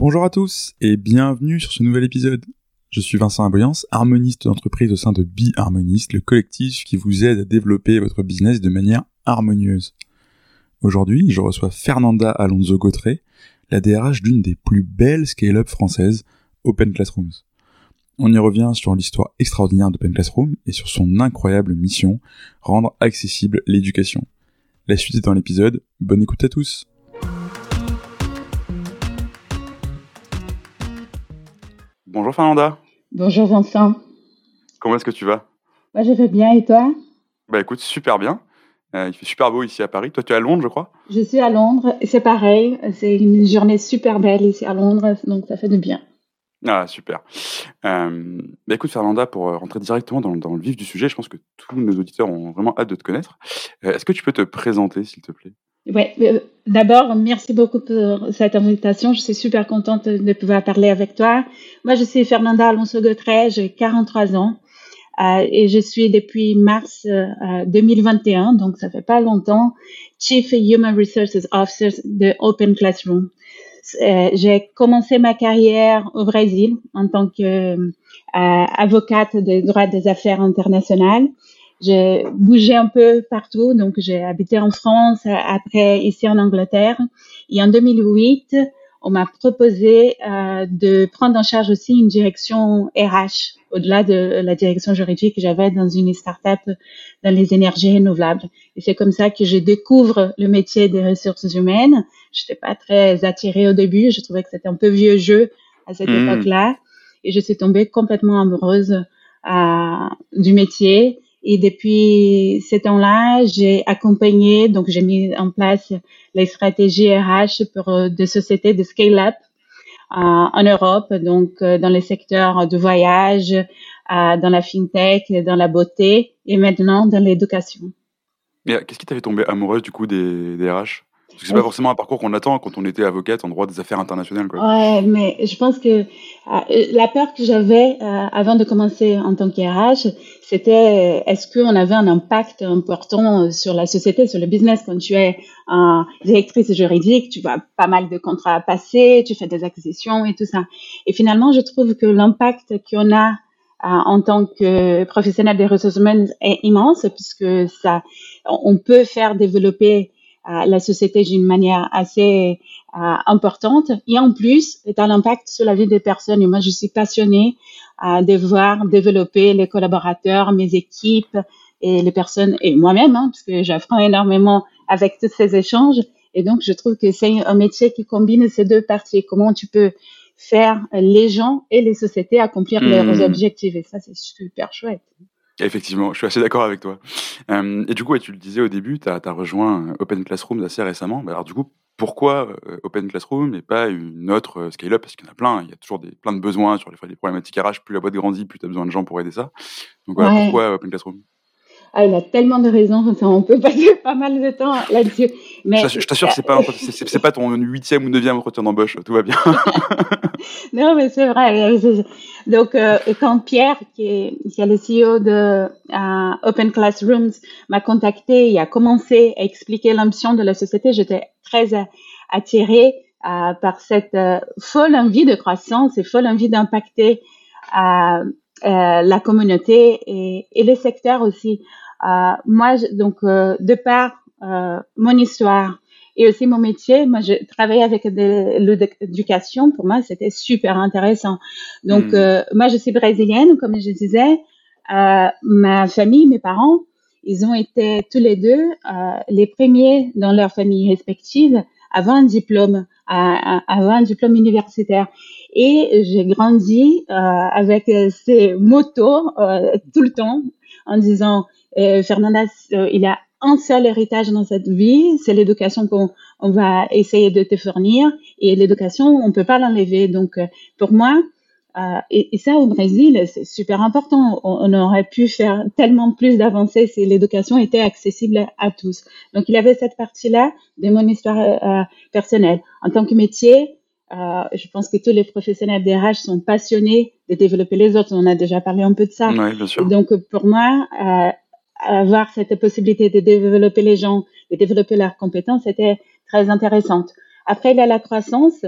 Bonjour à tous et bienvenue sur ce nouvel épisode. Je suis Vincent Aboyance, harmoniste d'entreprise au sein de Be Harmonist, le collectif qui vous aide à développer votre business de manière harmonieuse. Aujourd'hui, je reçois Fernanda Alonso-Gautrey, la DRH d'une des plus belles scale-up françaises, Open Classrooms. On y revient sur l'histoire extraordinaire d'Open Classroom et sur son incroyable mission, rendre accessible l'éducation. La suite est dans l'épisode, bonne écoute à tous. Bonjour Fernanda. Bonjour Vincent. Comment est-ce que tu vas ? Moi je vais bien et toi ? Bah écoute, super bien. Il fait super beau ici à Paris. Toi tu es à Londres je crois ? Je suis à Londres et c'est pareil. C'est une journée super belle ici à Londres, donc ça fait du bien. Ah super. Bah écoute Fernanda, pour rentrer directement dans le vif du sujet, je pense que tous nos auditeurs ont vraiment hâte de te connaître. Est-ce que tu peux te présenter s'il te plaît ? Ouais, d'abord, merci beaucoup pour cette invitation. Je suis super contente de pouvoir parler avec toi. Moi, je suis Fernanda Alonso-Gautrey, j'ai 43 ans et je suis depuis mars 2021, donc ça fait pas longtemps, Chief Human Resources Officer de Open Classroom. J'ai commencé ma carrière au Brésil en tant que avocate de droit des affaires internationales. J'ai bougé un peu partout, donc j'ai habité en France, après ici en Angleterre. Et en 2008, on m'a proposé de prendre en charge aussi une direction RH, au-delà de la direction juridique que j'avais dans une start-up dans les énergies renouvelables. Et c'est comme ça que je découvre le métier des ressources humaines. Je n'étais pas très attirée au début, je trouvais que c'était un peu vieux jeu à cette époque-là. Et je suis tombée complètement amoureuse du métier. Et depuis ce temps-là, j'ai accompagné, donc j'ai mis en place les stratégies RH pour des sociétés de scale-up en Europe, donc dans les secteurs de voyage, dans la fintech, dans la beauté et maintenant dans l'éducation. Et qu'est-ce qui t'avait tombé amoureuse du coup des RH ? Parce que c'est pas forcément un parcours qu'on attend quand on était avocate en droit des affaires internationales, quoi. Ouais, mais je pense que la peur que j'avais avant de commencer en tant qu'RH, c'était est-ce qu'on avait un impact important sur la société, sur le business. Quand tu es directrice juridique, tu vois pas mal de contrats passer, tu fais des acquisitions et tout ça. Et finalement, je trouve que l'impact qu'on a en tant que professionnel des ressources humaines est immense, puisque ça, on peut faire développer la société d'une manière assez importante et en plus, c'est un impact sur la vie des personnes. Et moi, je suis passionnée de voir développer les collaborateurs, mes équipes et les personnes et moi-même, parce que j'apprends énormément avec tous ces échanges. Et donc, je trouve que c'est un métier qui combine ces deux parties. Comment tu peux faire les gens et les sociétés accomplir leurs objectifs. Et ça, c'est super chouette. Effectivement, je suis assez d'accord avec toi. Et du coup, tu le disais au début, tu as rejoint Open Classroom assez récemment. Alors du coup, pourquoi Open Classroom et pas une autre scale-up ? Parce qu'il y en a plein, il y a toujours plein de besoins sur les problématiques RH. Plus la boîte grandit, plus tu as besoin de gens pour aider ça. Donc voilà, pourquoi Open Classroom ? Il a tellement de raisons, on peut passer pas mal de temps là-dessus. Mais je t'assure que c'est pas ton 8e ou 9e entretien d'embauche, tout va bien. Non, mais c'est vrai. Donc, quand Pierre, qui est le CEO de Open Classrooms, m'a contacté et a commencé à expliquer l'ambition de la société, j'étais très attirée par cette folle envie de croissance et folle envie d'impacter la communauté et le secteur aussi. Moi, donc, de par mon histoire et aussi mon métier, moi, je travaillais avec l'éducation. Pour moi, c'était super intéressant. Donc, moi, je suis brésilienne, comme je disais. Ma famille, mes parents, ils ont été tous les deux les premiers dans leur famille respective avant un diplôme universitaire. Et j'ai grandi avec ces motos tout le temps en disant Fernanda, il y a un seul héritage dans cette vie, c'est l'éducation qu'on va essayer de te fournir et l'éducation, on peut pas l'enlever. Donc, pour moi, et ça au Brésil, c'est super important. On aurait pu faire tellement plus d'avancées si l'éducation était accessible à tous. Donc, il y avait cette partie-là de mon histoire personnelle. En tant que métier, je pense que tous les professionnels des RH sont passionnés de développer les autres. On a déjà parlé un peu de ça. Ouais, bien sûr. Et donc, pour moi, avoir cette possibilité de développer les gens, de développer leurs compétences, c'était très intéressante. Après, il y a la croissance.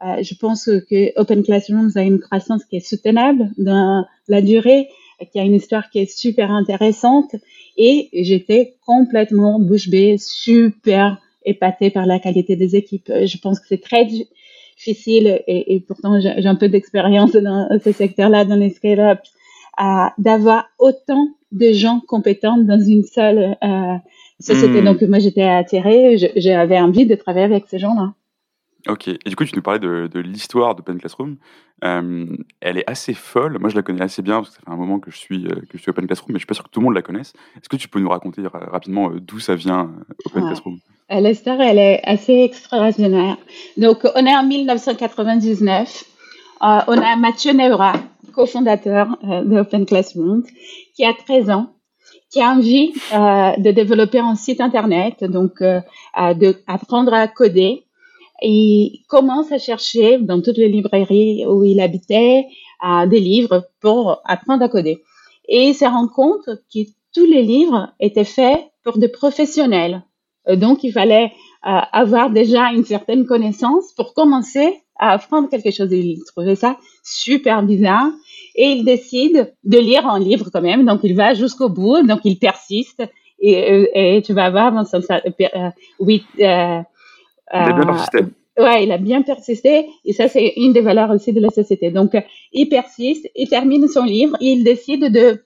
Je pense que Open Classrooms a une croissance qui est soutenable dans la durée, qui a une histoire qui est super intéressante. Et j'étais complètement bouche bée, super épatée par la qualité des équipes. Je pense que c'est très difficile, et pourtant j'ai un peu d'expérience dans ce secteur-là, dans les scale-ups, d'avoir autant de gens compétents dans une seule société. Donc moi j'étais attirée, j'avais envie de travailler avec ces gens-là. Ok, et du coup tu nous parlais de l'histoire d'Open Classroom. Elle est assez folle, moi je la connais assez bien parce que ça fait un moment que je suis Open Classroom, mais je suis pas sûr que tout le monde la connaisse. Est-ce que tu peux nous raconter rapidement d'où ça vient, Open Classroom? L'histoire, elle est assez extraordinaire. Donc on est en 1999, on a Mathieu Neura, cofondateur d'Open Classroom, qui a 13 ans, qui a envie de développer un site internet, donc d'apprendre à coder. Et il commence à chercher dans toutes les librairies où il habitait des livres pour apprendre à coder. Et il se rend compte que tous les livres étaient faits pour des professionnels. Donc il fallait avoir déjà une certaine connaissance pour commencer à apprendre quelque chose. Il trouvait ça super bizarre. Et il décide de lire un livre quand même. Donc il va jusqu'au bout. Donc il persiste. Et tu vas voir dans son oui. Il a bien persisté. Ouais, il a bien persisté, et ça c'est une des valeurs aussi de la société. Donc il persiste, il termine son livre, et il décide de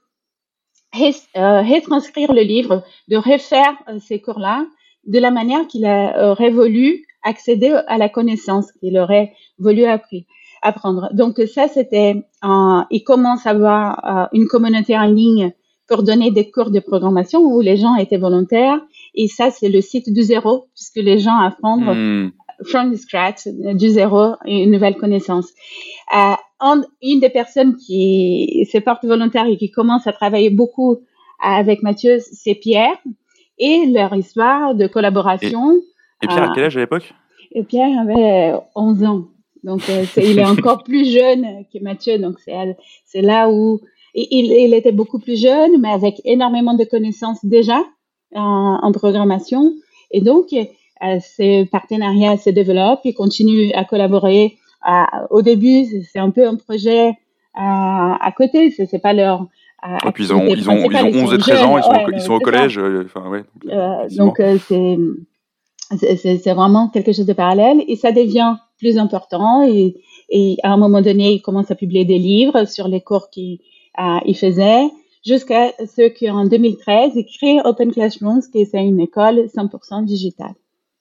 retranscrire le livre, de refaire ces cours-là de la manière qu'il aurait voulu accéder à la connaissance qu'il aurait voulu apprendre. Donc ça c'était, il commence à avoir une communauté en ligne pour donner des cours de programmation où les gens étaient volontaires. Et ça, c'est le site du zéro, puisque les gens apprennent from scratch, du zéro, une nouvelle connaissance. Une des personnes qui se porte volontaire et qui commence à travailler beaucoup avec Mathieu, c'est Pierre. Et leur histoire de collaboration. Et Pierre, à quel âge à l'époque? Et Pierre avait 11 ans. Donc, il est encore plus jeune que Mathieu. Donc, c'est là où il était beaucoup plus jeune, mais avec énormément de connaissances déjà en programmation. Et donc, ces partenariats se développent, ils continuent à collaborer. Au début, c'est un peu un projet à côté, c'est pas leur et puis ils ont 11 et 13 ans, ils sont au collège. Donc c'est vraiment quelque chose de parallèle, et ça devient plus important, et à un moment donné, ils commencent à publier des livres sur les cours qu'ils faisaient, jusqu'à ce qu'en 2013, ils créent Open Classrooms, qui est une école 100% digitale.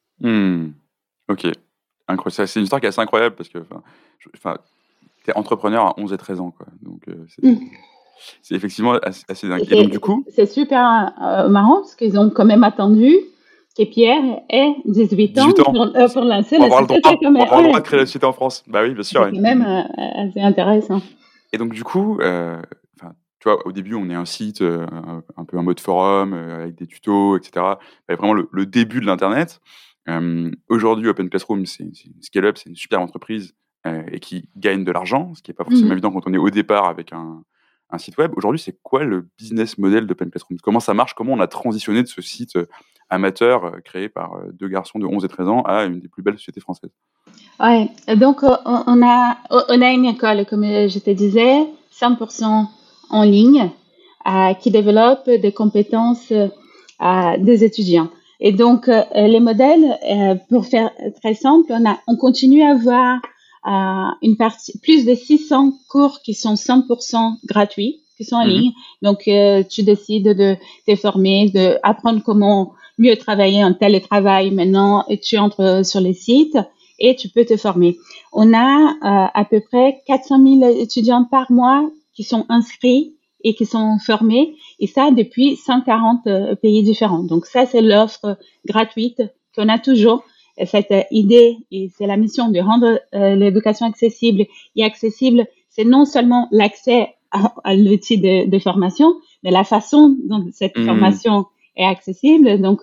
Ok, incroyable. C'est une histoire qui est assez incroyable parce que tu es entrepreneur à 11 et 13 ans, quoi. Donc c'est effectivement assez dingue. Et donc du coup, c'est super marrant parce qu'ils ont quand même attendu que Pierre ait 18 ans pour lancer la société. Pour avoir le droit de créer la société en France. Bah oui, bien sûr. C'est quand même assez intéressant. Et donc du coup, tu vois, au début, on est un site un peu en mode forum, avec des tutos, etc. Vraiment le début de l'Internet. Aujourd'hui, Open Classroom, c'est une scale-up, c'est une super entreprise et qui gagne de l'argent, ce qui n'est pas forcément évident quand on est au départ avec un site web. Aujourd'hui, c'est quoi le business model d'Open Classroom? Comment ça marche? Comment on a transitionné de ce site amateur créé par deux garçons de 11 et 13 ans à une des plus belles sociétés françaises? Ouais, donc on a une école, comme je te disais, 100% en ligne, qui développe des compétences des étudiants. Et donc les modèles, pour faire très simple, on continue à avoir une partie, plus de 600 cours qui sont 100% gratuits, qui sont en ligne. Donc tu décides de te former, de apprendre comment mieux travailler en télétravail maintenant, et tu entres sur les sites et tu peux te former. On a à peu près 400 000 étudiants par mois qui sont inscrits et qui sont formés, et ça depuis 140 pays différents. Donc ça, c'est l'offre gratuite qu'on a toujours. Cette idée, et c'est la mission de rendre l'éducation accessible. Et accessible, c'est non seulement l'accès à l'outil de formation, mais la façon dont cette formation est accessible, donc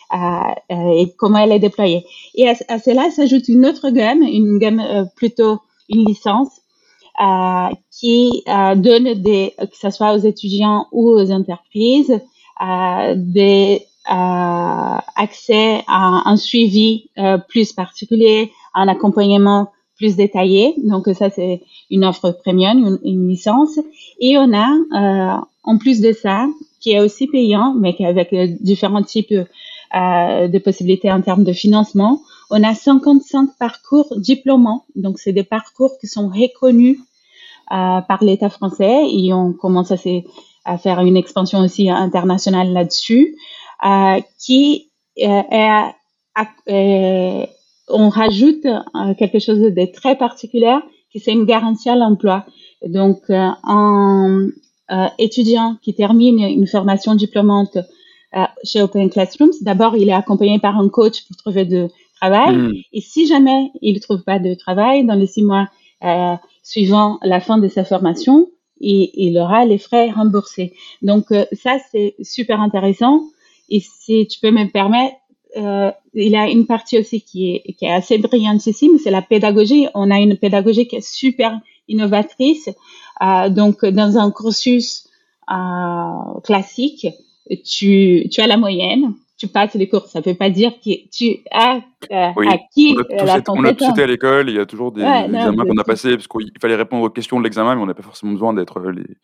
et comment elle est déployée. Et à cela s'ajoute une autre gamme, plutôt une licence, qui donne que ce soit aux étudiants ou aux entreprises, accès à un suivi plus particulier, un accompagnement plus détaillée. Donc ça, c'est une offre premium, une licence. Et on a, en plus de ça, qui est aussi payant, mais avec différents types de possibilités en termes de financement, on a 55 parcours diplômants. Donc c'est des parcours qui sont reconnus par l'État français et on commence à faire une expansion aussi internationale là-dessus, on rajoute quelque chose de très particulier, qui c'est une garantie à l'emploi. Donc, un étudiant qui termine une formation diplômante chez Open Classrooms, d'abord, il est accompagné par un coach pour trouver du travail. Et si jamais il ne trouve pas de travail dans les 6 mois suivant la fin de sa formation, il aura les frais remboursés. Donc, ça, c'est super intéressant. Et si tu peux me permettre, il y a une partie aussi qui est assez brillantissime, c'est la pédagogie. On a une pédagogie qui est super innovatrice. Donc, dans un cursus classique, tu as la moyenne, tu passes les cours. Ça ne veut pas dire que tu as acquis la compétence. On a tous été à l'école, il y a toujours des examens qu'on a passés, parce qu'il fallait répondre aux questions de l'examen, mais on n'a pas forcément besoin d'être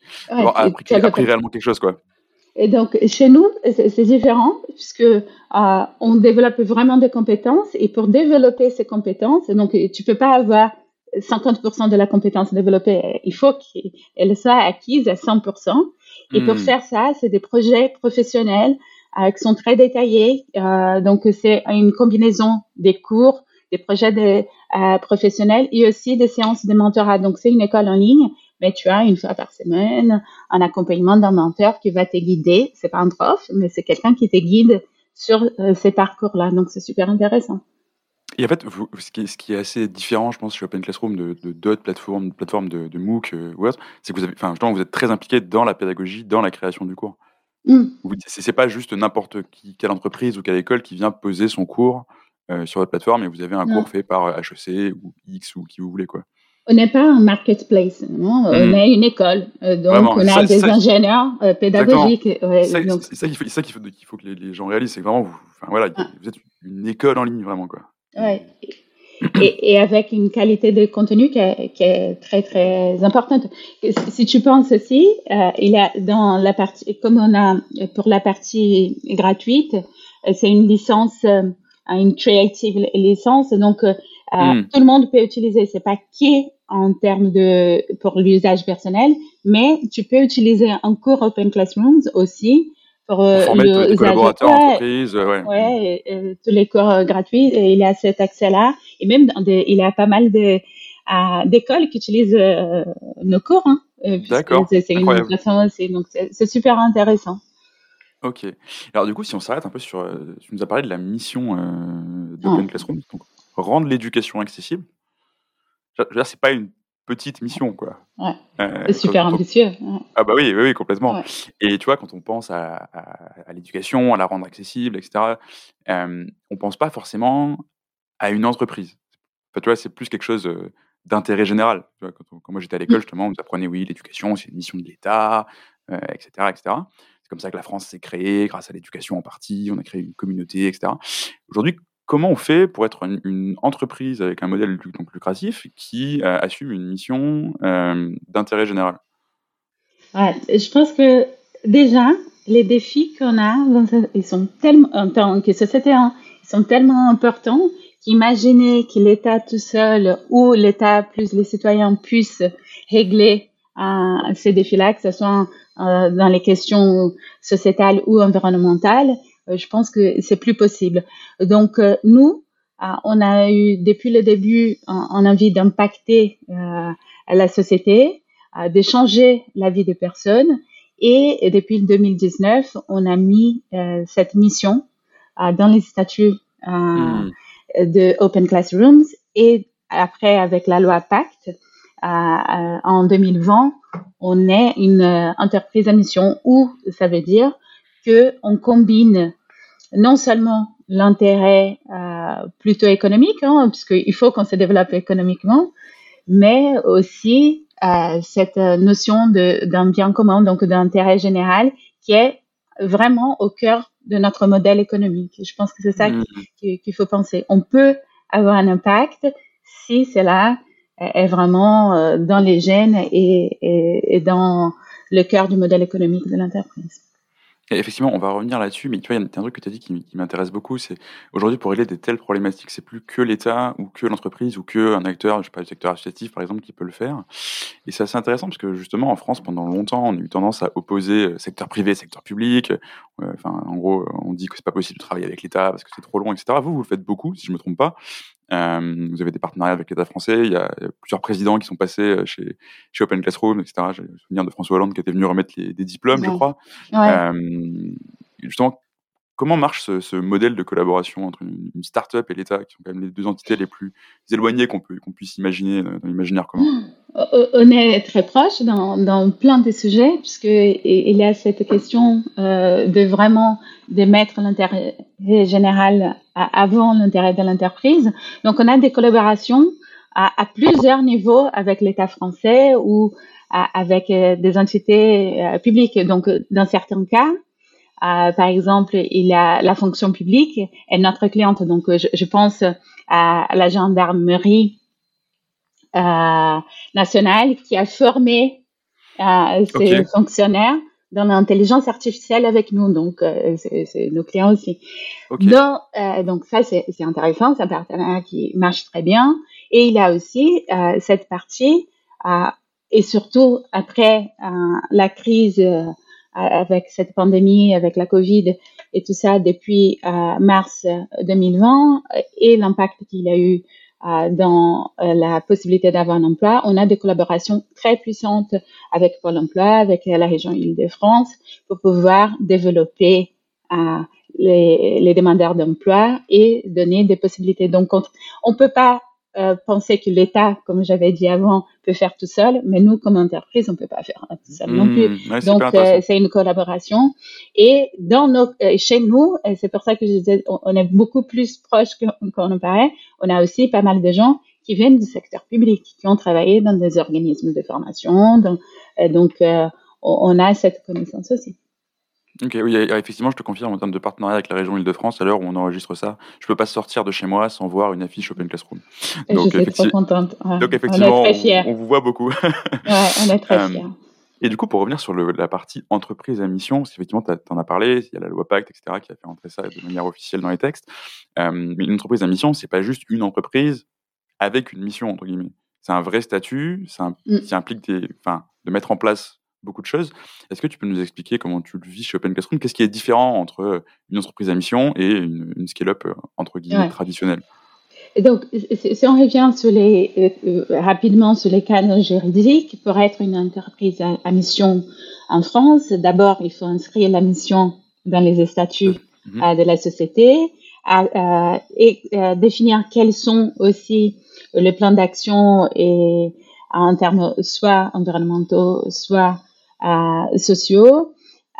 appris réellement quelque chose, quoi. Et donc, chez nous, c'est différent puisque on développe vraiment des compétences et pour développer ces compétences, donc tu peux pas avoir 50% de la compétence développée, il faut qu'elle soit acquise à 100%. Et pour faire ça, c'est des projets professionnels qui sont très détaillés. Donc, c'est une combinaison des cours, des projets professionnels et aussi des séances de mentorat. Donc, c'est une école en ligne, mais tu as une fois par semaine un accompagnement d'un mentor qui va te guider. C'est pas un prof, mais c'est quelqu'un qui te guide sur ces parcours-là. Donc, c'est super intéressant. Et en fait, ce qui est assez différent, je pense, chez Open Classroom de d'autres plateformes de MOOC ou autre, c'est que vous êtes très impliqué dans la pédagogie, dans la création du cours. C'est pas juste n'importe quelle entreprise ou quelle école qui vient poser son cours sur votre plateforme et vous avez un cours fait par HEC ou X ou qui vous voulez, quoi. On n'est pas un marketplace, non? On est une école, donc vraiment, on a des ingénieurs pédagogiques. C'est ça qu'il faut que les gens réalisent, c'est que vraiment vous êtes une école en ligne, vraiment, quoi. Ouais. Et avec une qualité de contenu qui est très très importante. Si tu penses aussi, il y a dans la partie, comme on a pour la partie gratuite, c'est une licence, une creative licence, donc tout le monde peut utiliser. C'est pas en termes pour l'usage personnel, mais tu peux utiliser un cours Open Classrooms aussi pour former tous les collaborateurs entreprises. Tous les cours gratuits, et il y a cet accès-là. Et même il y a pas mal d'écoles qui utilisent nos cours. D'accord. C'est une façon aussi, donc c'est super intéressant. Ok. Alors du coup, si on s'arrête un peu tu nous as parlé de la mission d'Open Classroom, donc rendre l'éducation accessible. Je veux dire, c'est pas une petite mission, quoi. Ouais. C'est super ambitieux. Ouais. Ah bah oui, complètement. Ouais. Et tu vois, quand on pense à l'éducation, à la rendre accessible, etc., on pense pas forcément à une entreprise. Enfin, tu vois, c'est plus quelque chose d'intérêt général. Tu vois, quand moi j'étais à l'école, justement, on nous apprenait, oui, l'éducation, c'est une mission de l'État, etc., etc. C'est comme ça que la France s'est créée, grâce à l'éducation en partie, on a créé une communauté, etc. Aujourd'hui, comment on fait pour être une entreprise avec un modèle donc lucratif qui assume une mission d'intérêt général? Ouais, je pense que déjà, les défis qu'on a, ils sont tellement, en tant que société, ils sont tellement importants qu'imaginer que l'État tout seul ou l'État plus les citoyens puissent régler ces défis-là, que ce soit dans les questions sociétales ou environnementales, je pense que c'est plus possible. Donc, nous, on a eu, depuis le début, on a envie d'impacter la société, de changer la vie des personnes. Et depuis 2019, on a mis cette mission dans les statuts de Open Classrooms. Et après, avec la loi Pacte, en 2020, on est une entreprise à mission où ça veut dire qu'on combine non seulement l'intérêt plutôt économique, puisqu'il faut qu'on se développe économiquement, mais aussi cette notion d'un bien commun, donc d'intérêt général, qui est vraiment au cœur de notre modèle économique. Je pense que c'est ça qu'il faut penser. On peut avoir un impact si cela est vraiment dans les gènes et dans le cœur du modèle économique de l'entreprise. Et effectivement, on va revenir là-dessus, mais tu vois, il y a un truc que tu as dit qui m'intéresse beaucoup, c'est aujourd'hui pour régler des telles problématiques, c'est plus que l'État ou que l'entreprise ou qu'un acteur, je sais pas, du secteur associatif par exemple, qui peut le faire. Et c'est assez intéressant parce que justement en France, pendant longtemps, on a eu tendance à opposer secteur privé, secteur public. Enfin, en gros, on dit que c'est pas possible de travailler avec l'État parce que c'est trop long, etc. Vous le faites beaucoup, si je me trompe pas. Vous avez des partenariats avec l'État français. Il y a plusieurs présidents qui sont passés chez Open Classroom, etc. J'ai le souvenir de François Hollande qui était venu remettre des diplômes, je crois. Ouais. Justement, comment marche ce modèle de collaboration entre une start-up et l'État, qui sont quand même les deux entités les plus éloignées qu'on puisse imaginer dans l'imaginaire commun? On est très proche dans plein de sujets, puisqu'il y a cette question de vraiment de mettre l'intérêt général avant l'intérêt de l'entreprise. Donc, on a des collaborations à plusieurs niveaux avec l'État français ou avec des entités publiques. Donc, dans certains cas, par exemple, il y a la fonction publique est notre cliente. Donc, je pense à la gendarmerie nationale qui a formé ces fonctionnaires dans l'intelligence artificielle avec nous. Donc, c'est nos clients aussi. Donc ça, c'est intéressant. C'est un partenariat qui marche très bien. Et il y a aussi cette partie, et surtout après la crise avec cette pandémie, avec la Covid et tout ça depuis mars 2020 et l'impact qu'il a eu dans la possibilité d'avoir un emploi. On a des collaborations très puissantes avec Pôle emploi, avec la région Île-de-France pour pouvoir développer les demandeurs d'emploi et donner des possibilités. Donc, on peut pas penser que l'État, comme j'avais dit avant, peut faire tout seul, mais nous, comme entreprise, on peut pas faire tout seul non plus. Ouais, donc, c'est une collaboration. Et chez nous, et c'est pour ça que je disais, on est beaucoup plus proche qu'on ne paraît. On a aussi pas mal de gens qui viennent du secteur public, qui ont travaillé dans des organismes de formation. Donc, on a cette connaissance aussi. Ok, oui, effectivement, je te confirme, en termes de partenariat avec la région Île-de-France, à l'heure où on enregistre ça, je peux pas sortir de chez moi sans voir une affiche Open Classroom. Donc, je suis trop contente. Donc, effectivement, on est très fiers. On vous voit beaucoup. Ouais, on est très fiers. Et du coup, pour revenir sur la partie entreprise à mission, parce qu'effectivement, tu en as parlé, il y a la loi Pacte, etc., qui a fait entrer ça de manière officielle dans les textes. Mais une entreprise à mission, c'est pas juste une entreprise avec une mission, entre guillemets. C'est un vrai statut, qui implique de mettre en place beaucoup de choses. Est-ce que tu peux nous expliquer comment tu le vis chez Open Classroom? Qu'est-ce qui est différent entre une entreprise à mission et une scale-up, entre guillemets, traditionnelle? Et donc, si on revient rapidement sur les cadres juridiques, pour être une entreprise à mission en France, d'abord, il faut inscrire la mission dans les statuts de la société et définir quels sont aussi les plans d'action et en termes soit environnementaux, soit sociétaux,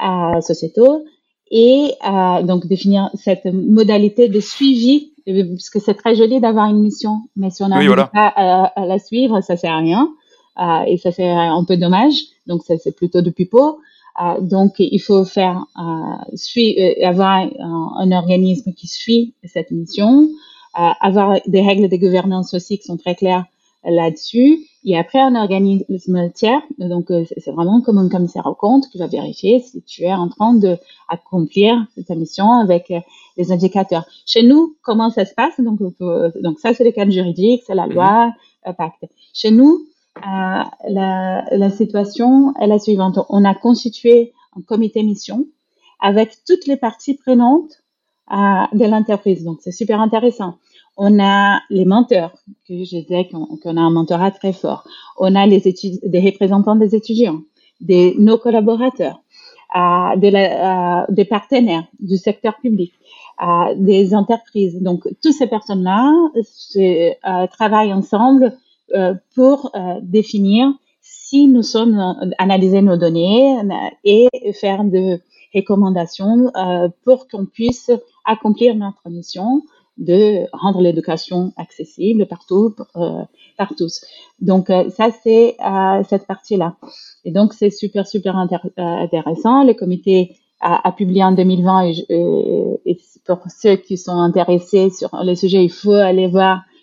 et donc définir cette modalité de suivi, parce que c'est très joli d'avoir une mission, mais si on n'arrive pas à la suivre, ça sert à rien, et ça c'est un peu dommage. Donc ça c'est plutôt du pipeau. Donc il faut avoir un organisme qui suit cette mission, avoir des règles de gouvernance aussi qui sont très claires là-dessus. Et après, un organisme tiers, donc c'est vraiment comme un commissaire aux comptes qui va vérifier si tu es en train d'accomplir ta mission avec les indicateurs. Chez nous, comment ça se passe? Donc ça, c'est le cadre juridique, c'est la loi Pacte. Chez nous, la situation est la suivante. On a constitué un comité mission avec toutes les parties prenantes de l'entreprise. Donc, c'est super intéressant. On a les menteurs, que je disais qu'on a un mentorat très fort. On a des représentants des étudiants, nos collaborateurs, des partenaires du secteur public, des entreprises. Donc, toutes ces personnes-là travaillent ensemble pour définir si nous sommes analyser nos données et faire des recommandations pour qu'on puisse accomplir notre mission de rendre l'éducation accessible partout, par tous. Donc, ça, c'est cette partie-là. Et donc, c'est super, super intéressant. Le comité a publié en 2020 et pour ceux qui sont intéressés sur le sujet, il faut aller voir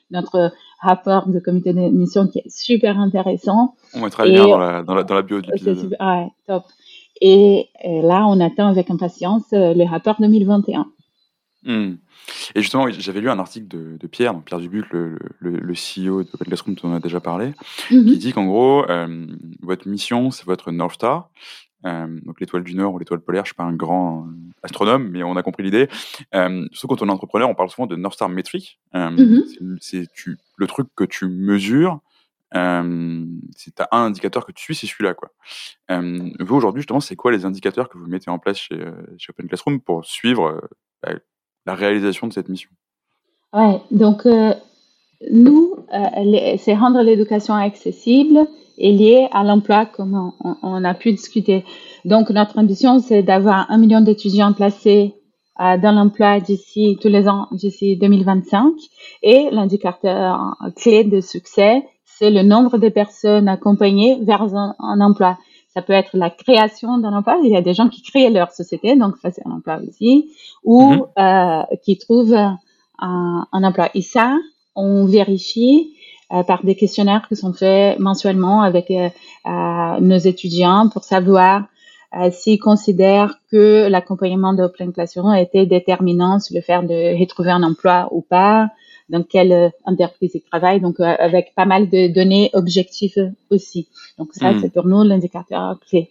notre rapport de comité d'émission qui est super intéressant. On mettra le lien dans la bio de l'épisode. Ouais, top. Et là, on attend avec impatience le rapport 2021. Et justement, j'avais lu un article de Pierre, donc Pierre Dubuc, le CEO de Open Classroom dont on a déjà parlé, qui dit qu'en gros, votre mission, c'est votre North Star. Donc l'étoile du Nord ou l'étoile polaire, je suis pas un grand astronome, mais on a compris l'idée. Surtout quand on est entrepreneur, on parle souvent de North Star Metric. C'est le truc que tu mesures. Si tu as un indicateur que tu suis, c'est celui-là, quoi. Vous, aujourd'hui, justement, c'est quoi les indicateurs que vous mettez en place chez Open Classroom pour suivre la réalisation de cette mission? Ouais, donc nous, c'est rendre l'éducation accessible et liée à l'emploi, comme on a pu discuter. Donc, notre ambition, c'est d'avoir 1 million d'étudiants placés dans l'emploi tous les ans, d'ici 2025. Et l'indicateur clé de succès, c'est le nombre de personnes accompagnées vers un emploi. Ça peut être la création d'un emploi. Il y a des gens qui créent leur société, donc ça, c'est un emploi aussi, ou qui trouvent un emploi. Et ça, on vérifie par des questionnaires qui sont faits mensuellement avec nos étudiants pour savoir s'ils considèrent que l'accompagnement d'Open Classroom a été déterminant sur le fait de retrouver un emploi ou pas, dans quelle entreprise ils travaillent, donc avec pas mal de données objectives aussi. Donc ça, c'est pour nous l'indicateur clé.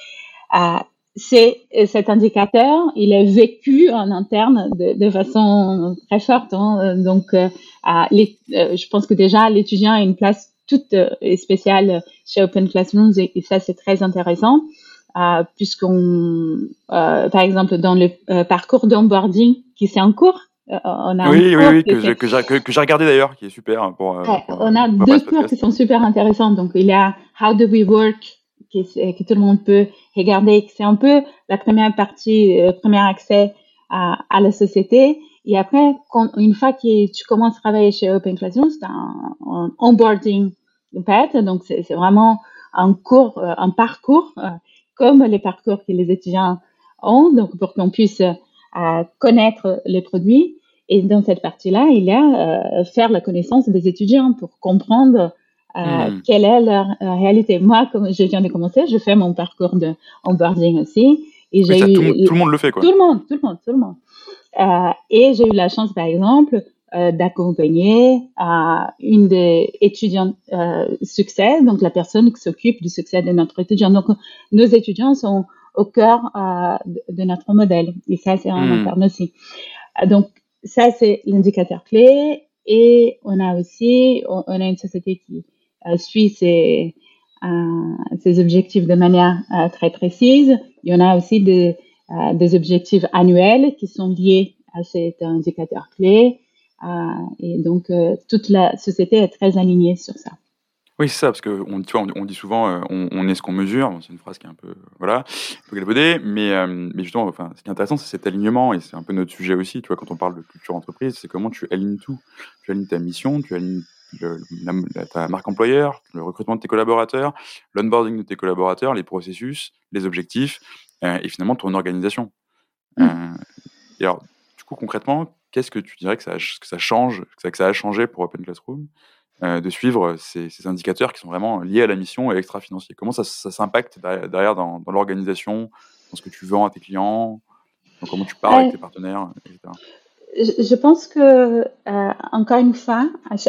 Cet indicateur, il est vécu en interne de façon très forte. Donc, je pense que déjà l'étudiant a une place toute spéciale chez Open Classrooms et ça c'est très intéressant puisqu'on, par exemple, dans le parcours d'onboarding qui c'est en cours. On a oui, que j'ai regardé d'ailleurs, qui est super. On a 2 cours qui sont super intéressants. Donc, il y a How Do We Work, que tout le monde peut regarder. C'est un peu la première partie, premier accès à la société. Et après, une fois que tu commences à travailler chez Open Classroom, c'est un onboarding path. Donc, c'est vraiment un parcours, comme les parcours que les étudiants ont, donc pour qu'on puisse connaître les produits. Et dans cette partie-là, il y a faire la connaissance des étudiants pour comprendre quelle est leur réalité. Moi, comme je viens de commencer, je fais mon parcours de onboarding aussi. Et tout le monde le fait, quoi. Tout le monde. Et j'ai eu la chance, par exemple, d'accompagner une des étudiantes succès, donc la personne qui s'occupe du succès de notre étudiant. Donc, nos étudiants sont au cœur de notre modèle. Et ça, c'est en interne aussi. Donc, ça, c'est l'indicateur clé. Et on a une société qui suit ses objectifs de manière très précise. Il y en a aussi des objectifs annuels qui sont liés à cet indicateur clé. Et donc, toute la société est très alignée sur ça. Oui, c'est ça, parce qu'on dit souvent on est ce qu'on mesure. Bon, c'est une phrase qui est un peu galvaudée, mais justement, ce qui est intéressant, c'est cet alignement, et c'est un peu notre sujet aussi. Tu vois, quand on parle de culture entreprise, c'est comment tu alignes tout. Tu alignes ta mission, tu alignes ta marque employeur, le recrutement de tes collaborateurs, l'onboarding de tes collaborateurs, les processus, les objectifs, et finalement ton organisation. Et alors, du coup, concrètement, qu'est-ce que tu dirais que ça change, que ça a changé pour Open Classroom de suivre ces indicateurs qui sont vraiment liés à la mission et extra-financiers? Comment ça s'impacte derrière dans l'organisation, dans ce que tu vends à tes clients, dans comment tu parles avec tes partenaires, etc. Je pense que, encore une fois,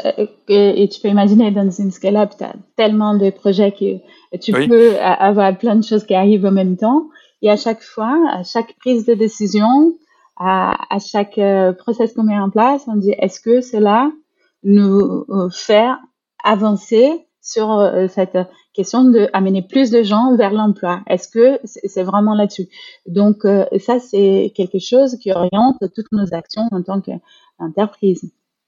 et tu peux imaginer dans une scale-up, tu as tellement de projets que tu peux avoir plein de choses qui arrivent en même temps. Et à chaque fois, à chaque prise de décision, à chaque process qu'on met en place, on dit est-ce que cela nous fait avancer sur cette question d'amener plus de gens vers l'emploi. Est-ce que c'est vraiment là-dessus? Donc, ça, c'est quelque chose qui oriente toutes nos actions en tant qu'entreprise.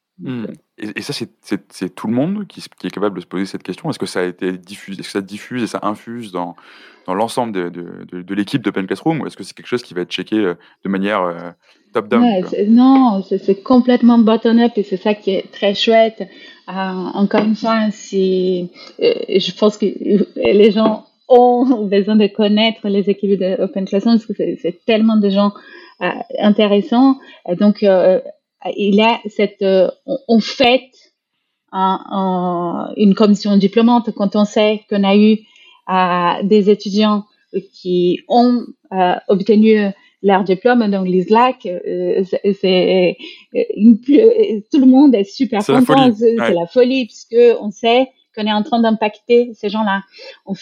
Et ça, c'est tout le monde qui est capable de se poser cette question? Est-ce que ça a été diffusé? Est-ce que ça diffuse et ça infuse dans l'ensemble de l'équipe d'Open Classroom, ou est-ce que c'est quelque chose qui va être checké de manière top-down? Non, c'est complètement bottom-up, et c'est ça qui est très chouette. Encore une fois, je pense que les gens ont besoin de connaître les équipes d'Open Classroom parce que c'est tellement de gens intéressants. Donc, il y a on fête une commission diplômante, quand on sait qu'on a eu des étudiants qui ont obtenu leur diplôme, donc l'ISLAC, tout le monde est super content. C'est la folie, puisque on sait qu'on est en train d'impacter ces gens-là. On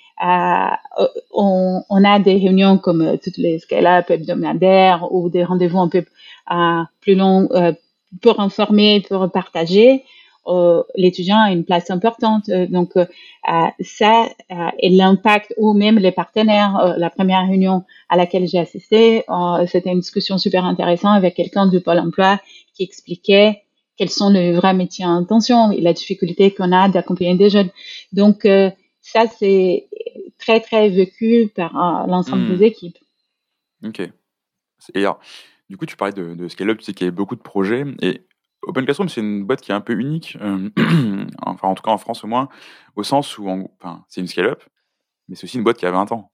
a des réunions comme toutes les scale-up hebdomadaires ou des rendez-vous un peu plus longs pour informer, pour partager. L'étudiant a une place importante. Donc, ça et l'impact, ou même les partenaires. La première réunion à laquelle j'ai assisté, c'était une discussion super intéressante avec quelqu'un du Pôle emploi qui expliquait quels sont les vrais métiers en tension et la difficulté qu'on a d'accompagner des jeunes. Donc, ça, c'est très, très vécu par l'ensemble des équipes. Ok. Et alors, du coup, tu parlais de scale-up, tu sais qu'il y a beaucoup de projets. Et Open Classroom, c'est une boîte qui est un peu unique, enfin en tout cas en France au moins, au sens où c'est une scale-up, mais c'est aussi une boîte qui a 20 ans.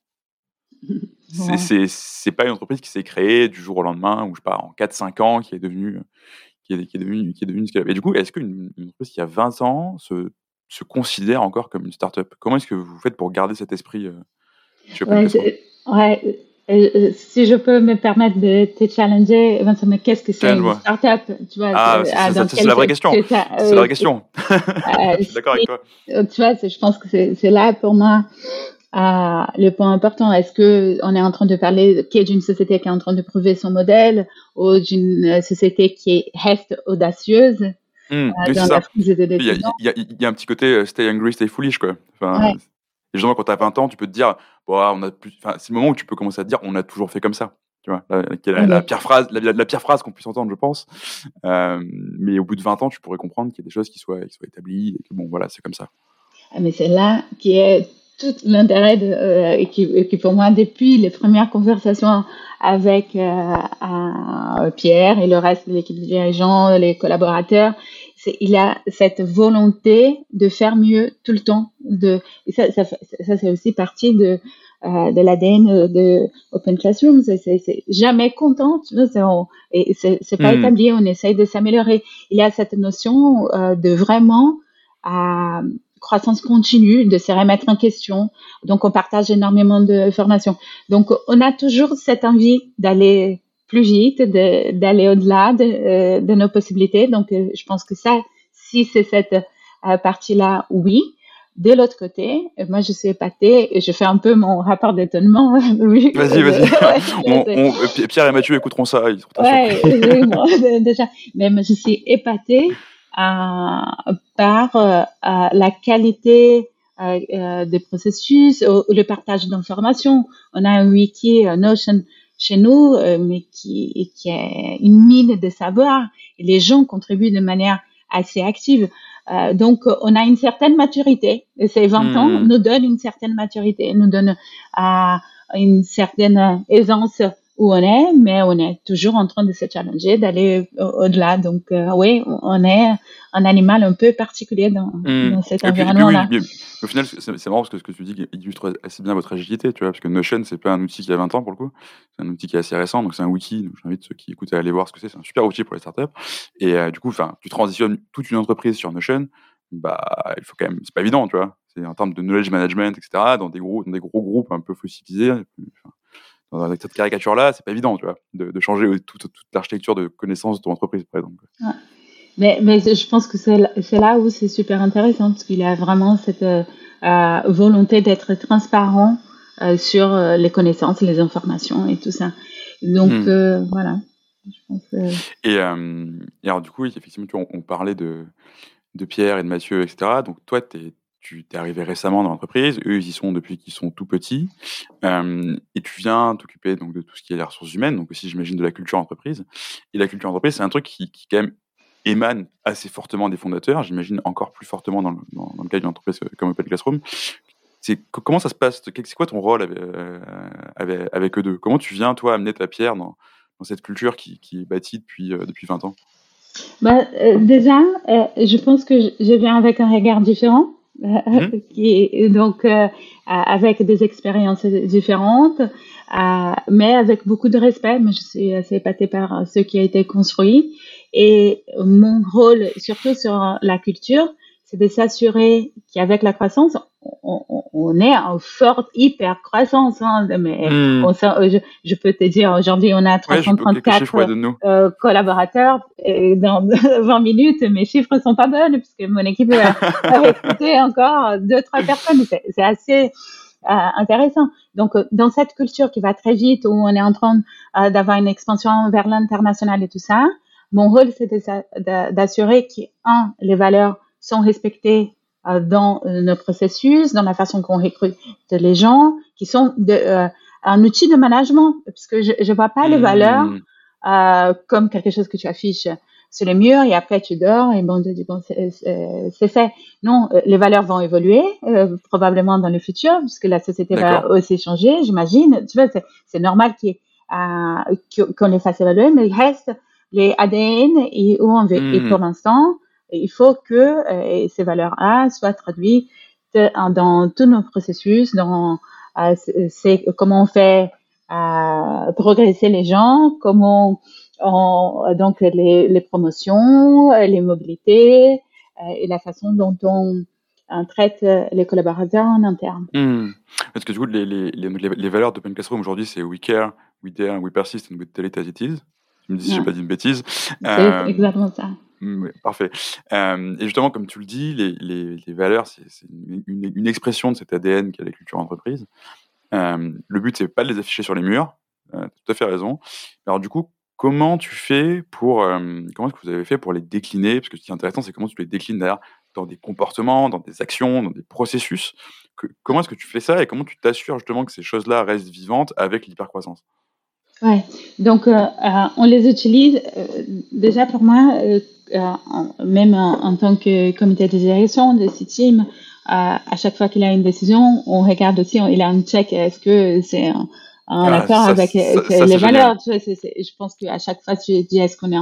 Ouais. C'est pas une entreprise qui s'est créée du jour au lendemain, ou je sais pas, en 4-5 ans, qui est devenue une scale-up. Et du coup, est-ce qu'une entreprise qui a 20 ans se considère encore comme une start-up? Comment est-ce que vous faites pour garder cet esprit chez Open Classroom? Si je peux me permettre de te challenger, Vincent, mais qu'est-ce que c'est une start-up? Tu vois, c'est la vraie question. C'est la vraie question. Je suis d'accord avec toi. Tu vois, je pense que c'est là pour moi le point important. Est-ce que on est en train de parler d'une société qui est en train de prouver son modèle, ou d'une société qui reste audacieuse dans la prise de décision? Il y a un petit côté stay hungry, stay foolish, quoi. Enfin, justement, quand tu as 20 ans, tu peux te dire, c'est le moment où tu peux commencer à te dire, on a toujours fait comme ça. Tu vois, la pire phrase qu'on puisse entendre, je pense. Mais au bout de 20 ans, tu pourrais comprendre qu'il y a des choses qui soient établies et que bon, voilà, c'est comme ça. Mais c'est là qui est tout l'intérêt et qui pour moi, depuis les premières conversations avec Pierre et le reste de l'équipe de dirigeants, les collaborateurs, il a cette volonté de faire mieux tout le temps. Et ça c'est aussi partie de l'ADN de Open Classroom. C'est jamais content, tu vois, et c'est pas établi, on essaye de s'améliorer. Il y a cette notion de vraiment croissance continue, de se remettre en question. Donc, on partage énormément de formations. Donc, on a toujours cette envie d'aller plus vite, d'aller au-delà de nos possibilités. Donc, je pense que ça, si c'est cette partie-là, oui. De l'autre côté, moi, je suis épatée et je fais un peu mon rapport d'étonnement. Oui, vas-y. Pierre et Mathieu écouteront ça. Ils seront surpris. Déjà. Mais je suis épatée par la qualité des processus, le partage d'informations. On a un wiki Notion chez nous, mais qui est une mine de savoir. Et les gens contribuent de manière assez active. Donc, on a une certaine maturité. Et ces 20 ans nous donnent une certaine maturité, nous donnent une certaine aisance où on est, mais on est toujours en train de se challenger, d'aller au-delà. Donc, oui, on est un animal un peu particulier dans cet environnement-là. Oui, au final, c'est marrant parce que ce que tu dis illustre assez bien votre agilité, tu vois, parce que Notion, c'est pas un outil qui a 20 ans pour le coup, c'est un outil qui est assez récent, donc c'est un wiki, donc j'invite ceux qui écoutent à aller voir ce que c'est un super outil pour les startups. Et du coup, tu transitionnes toute une entreprise sur Notion, il faut quand même, c'est pas évident, tu vois, c'est en termes de knowledge management, etc., dans des gros groupes un peu fossilisés, avec cette caricature-là, c'est pas évident, tu vois, de changer toute l'architecture de connaissances de ton entreprise, par exemple. Ouais. Mais je pense que c'est là où c'est super intéressant, parce qu'il a vraiment cette volonté d'être transparent sur les connaissances, les informations et tout ça. Donc, voilà. Je pense et alors, du coup, effectivement, on parlait de Pierre et de Mathieu, etc. Donc, toi, tu t'es arrivé récemment dans l'entreprise, eux ils y sont depuis qu'ils sont tout petits, et tu viens t'occuper donc de tout ce qui est les ressources humaines, donc aussi j'imagine de la culture entreprise. Et la culture entreprise, c'est un truc qui quand même émane assez fortement des fondateurs, j'imagine encore plus fortement dans le cas d'une entreprise comme Open Classroom. Comment ça se passe? C'est quoi ton rôle avec eux deux? Comment tu viens, toi, amener ta pierre dans cette culture qui est bâtie depuis 20 ans? Déjà, je pense que je viens avec un regard différent. Donc avec des expériences différentes, mais avec beaucoup de respect. Mais je suis assez épatée par ce qui a été construit Et mon rôle, surtout sur la culture, c'est de s'assurer qu'avec la croissance, on est en forte hyper croissance. Hein, mais je peux te dire, aujourd'hui, on a 334 collaborateurs. Et dans 20 minutes, mes chiffres sont pas bonnes puisque mon équipe a recruté encore 2-3 personnes. C'est assez intéressant. Donc, dans cette culture qui va très vite, où on est en train d'avoir une expansion vers l'international et tout ça, mon rôle, c'est d'assurer que, les valeurs sont respectées dans nos processus, dans la façon qu'on recrute les gens, qui sont un outil de management, parce que je vois pas les valeurs comme quelque chose que tu affiches sur les murs et après tu dors et bon c'est fait. Non, les valeurs vont évoluer probablement dans le futur, puisque la société va aussi changer, j'imagine. Tu vois, c'est normal qu'on les fasse évaluer, mais il reste les ADN et où on veut. Et pour l'instant, il faut que ces valeurs-là soient traduites dans tous nos processus, dans comment on fait progresser les gens, comment donc les promotions, les mobilités et la façon dont on traite les collaborateurs en interne. Parce que du coup, les valeurs d'Open Classroom aujourd'hui, c'est We Care, We Dare, We Persist and We Tell It As It Is. Tu me dis si j'ai pas dit une bêtise. C'est exactement ça. Parfait. Et justement, comme tu le dis, les valeurs, c'est une expression de cet ADN qu'est la culture entreprise. Le but, c'est pas de les afficher sur les murs. Tu as tout à fait raison. Alors du coup, comment est-ce que vous avez fait pour les décliner? Parce que ce qui est intéressant, c'est comment tu les déclines d'ailleurs dans des comportements, dans des actions, dans des processus. Comment est-ce que tu fais ça et comment tu t'assures justement que ces choses-là restent vivantes avec l'hypercroissance? Ouais, donc on les utilise déjà pour moi, même en tant que comité de direction de ce team, à chaque fois qu'il a une décision, on regarde aussi, il a un check, est-ce que c'est en accord avec les valeurs. Tu vois, je pense qu'à chaque fois, tu dis est-ce qu'on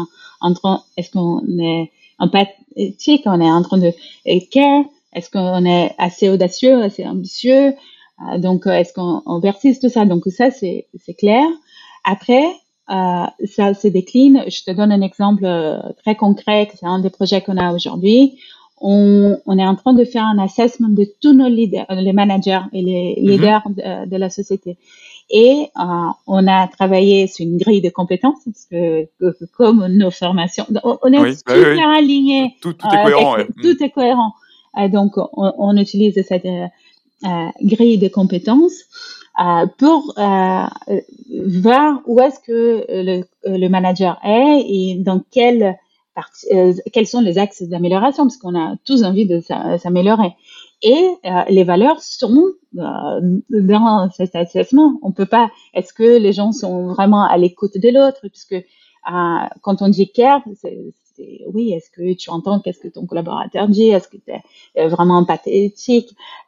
est empathique, on est en train de care, est-ce qu'on est assez audacieux, assez ambitieux, donc est-ce qu'on persiste, tout ça. Donc ça, c'est clair. Après, ça se décline. Je te donne un exemple très concret, que c'est un des projets qu'on a aujourd'hui. On est en train de faire un assessment de tous nos leaders, les managers et les leaders de la société. Et on a travaillé sur une grille de compétences, parce que comme nos formations, on est super alignés. Tout est cohérent. Tout est cohérent. Donc, on utilise cette grille de compétences pour voir où est-ce que le manager est et dans quels sont les axes d'amélioration, parce qu'on a tous envie de s'améliorer. Et les valeurs sont dans cet assessment. On peut pas. Est-ce que les gens sont vraiment à l'écoute de l'autre? Puisque quand on dit care, oui, est-ce que tu entends qu'est-ce que ton collaborateur dit? Est-ce que tu es vraiment empathique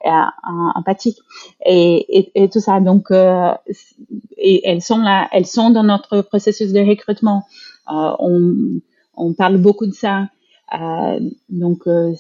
et tout ça. Donc, et elles sont là, elles sont dans notre processus de recrutement. On parle beaucoup de ça. Donc,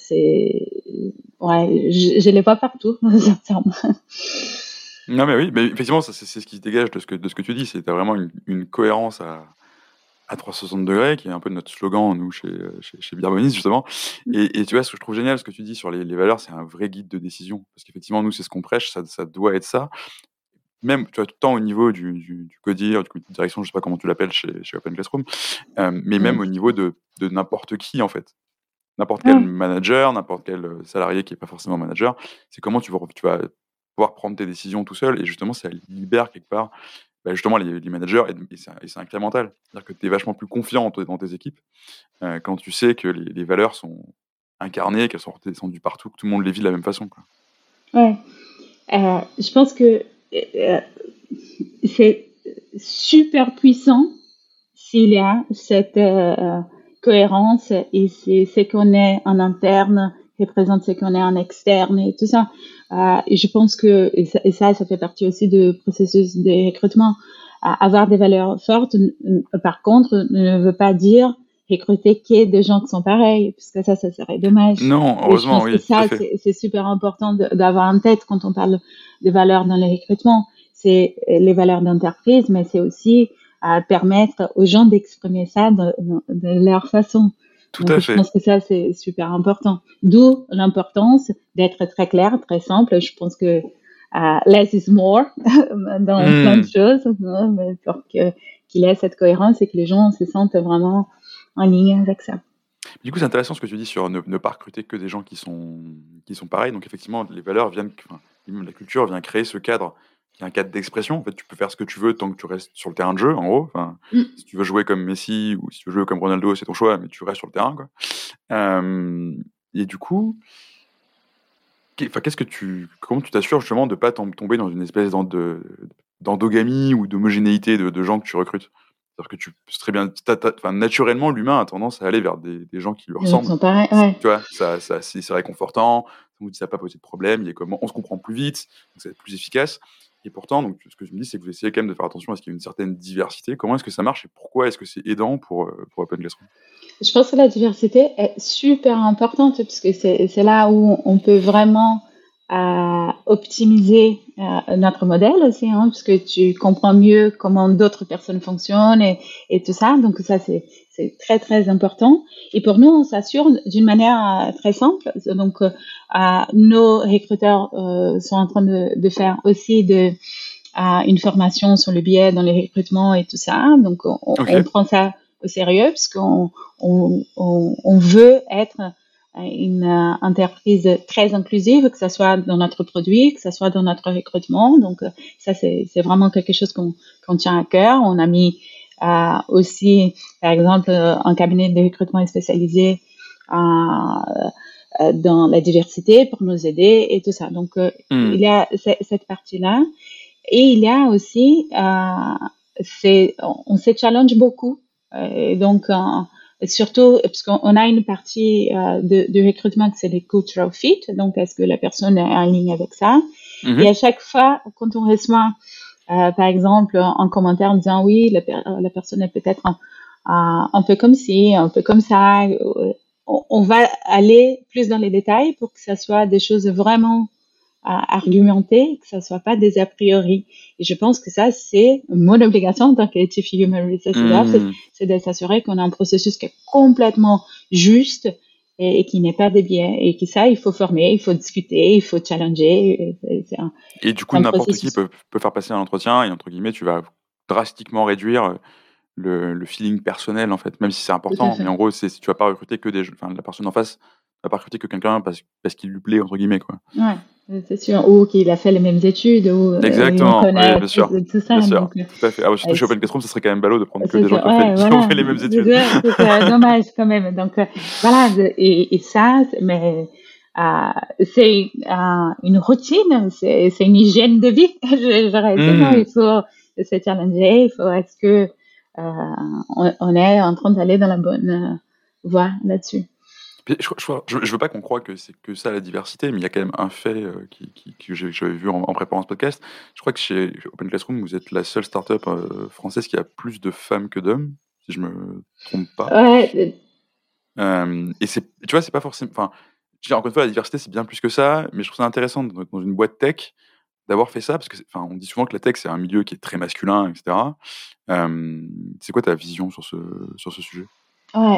je les vois partout, sincèrement. Non, mais oui, mais effectivement, c'est ce qui se dégage de ce que tu dis. C'est t'as vraiment une cohérence à 360 degrés, qui est un peu notre slogan, nous, chez Be Harmonist, justement. Et tu vois, ce que je trouve génial, ce que tu dis sur les valeurs, c'est un vrai guide de décision. Parce qu'effectivement, nous, c'est ce qu'on prêche, ça doit être ça. Même, tu vois, tout le temps au niveau du CODIR, du comité de direction, je sais pas comment tu l'appelles chez Open Classroom, mais même au niveau de n'importe qui, en fait. N'importe quel manager, n'importe quel salarié qui n'est pas forcément manager, c'est comment tu vas pouvoir prendre tes décisions tout seul, et justement, ça libère quelque part justement les managers, et c'est incrémental. C'est-à-dire que tu es vachement plus confiant dans tes équipes quand tu sais que les valeurs sont incarnées, qu'elles sont redescendues partout, que tout le monde les vit de la même façon, quoi. Ouais. Je pense que c'est super puissant s'il y a cette cohérence, et c'est ce qu'on est en interne représente ce qu'on est en externe et tout ça. Et je pense que ça fait partie aussi du processus de recrutement. Avoir des valeurs fortes, par contre, ne veut pas dire recruter que des gens qui sont pareils, puisque ça serait dommage. Non, heureusement, oui. Et je pense que ça, c'est super important d'avoir en tête quand on parle de valeurs dans le recrutement. C'est les valeurs d'entreprise, mais c'est aussi permettre aux gens d'exprimer ça de leur façon. Tout Donc, à je fait. pense que ça, c'est super important. D'où l'importance d'être très clair, très simple. Je pense que less is more dans plein de choses, mais pour qu'il y ait cette cohérence et que les gens se sentent vraiment en ligne avec ça. Du coup, c'est intéressant ce que tu dis sur ne pas recruter que des gens qui sont pareils. Donc, effectivement, les valeurs viennent, enfin, la culture vient créer ce cadre qui est un cadre d'expression. En fait, tu peux faire ce que tu veux tant que tu restes sur le terrain de jeu, en gros. Enfin, si tu veux jouer comme Messi ou si tu veux jouer comme Ronaldo, c'est ton choix, mais tu restes sur le terrain, quoi. Et du coup, comment tu t'assures justement de ne pas tomber dans une espèce d'endogamie ou d'homogénéité de gens que tu recrutes? C'est-à-dire que tu serais bien, enfin, naturellement, l'humain a tendance à aller vers des gens qui lui Les gens ressemblent. sont pareils, ouais. Tu vois, c'est réconfortant, ça n'a pas posé de problème, on se comprend plus vite, donc ça va être plus efficace. Et pourtant, donc, ce que je me dis, c'est que vous essayez quand même de faire attention à ce qu'il y ait une certaine diversité. Comment est-ce que ça marche et pourquoi est-ce que c'est aidant pour Open Classroom? Je pense que la diversité est super importante parce que c'est là où on peut vraiment optimiser notre modèle aussi, hein, parce que tu comprends mieux comment d'autres personnes fonctionnent et tout ça. Donc ça, c'est très, très important. Et pour nous, on s'assure d'une manière très simple. Donc, nos recruteurs sont en train de faire aussi une formation sur le biais dans les recrutements et tout ça. Donc, on prend ça au sérieux parce qu'on veut être une entreprise très inclusive, que ce soit dans notre produit, que ce soit dans notre recrutement. Donc, ça, c'est vraiment quelque chose qu'on tient à cœur. On a mis aussi, par exemple, un cabinet de recrutement spécialisé dans la diversité pour nous aider et tout ça. Donc, il y a cette partie-là. Et il y a aussi, on se challenge beaucoup. Donc, surtout, parce qu'on a une partie de recrutement que c'est les cultural fit. Donc, est-ce que la personne est en ligne avec ça? Et à chaque fois, quand on reçoit, par exemple, un commentaire en disant oui, la personne est peut-être un peu comme ci, un peu comme ça, on va aller plus dans les détails pour que ça soit des choses vraiment argumenter, que ça soit pas des a priori. Et je pense que ça, c'est mon obligation en tant que Chief Human Resources Officer, c'est de s'assurer qu'on a un processus qui est complètement juste et qui n'est pas dévié. Et que ça, il faut former, il faut discuter, il faut challenger. Et du coup, n'importe qui peut faire passer un entretien et, entre guillemets, tu vas drastiquement réduire le feeling personnel, en fait, même si c'est important. Mais en gros, tu vas pas recruter que la personne en face va pas recruter que quelqu'un parce qu'il lui plaît, entre guillemets, quoi. Ouais, c'est sûr. Ou qu'il a fait les mêmes études, ou exactement, on connaît oui, bien sûr. tout ça. Bien sûr, donc, tout à fait. Surtout chez Open Classroom, ça serait quand même ballot de prendre que c'est des gens ça. qui ont fait les mêmes études. C'est dommage quand même. Donc, voilà, et ça, mais c'est une routine, c'est une hygiène de vie. J'aurais dit, non, il faut se challenger, il faut, est-ce que on est en train d'aller dans la bonne voie là-dessus. Je veux pas qu'on croie que c'est que ça la diversité, mais il y a quand même un fait que j'avais vu en préparant ce podcast. Je crois que chez Open Classroom, vous êtes la seule startup française qui a plus de femmes que d'hommes, si je me trompe pas. Ouais. Et tu vois, c'est pas forcément. Enfin, je veux dire, encore une fois, la diversité c'est bien plus que ça, mais je trouve ça intéressant dans une boîte tech d'avoir fait ça parce que, on dit souvent que la tech c'est un milieu qui est très masculin, etc. C'est quoi ta vision sur ce sujet? Ouais,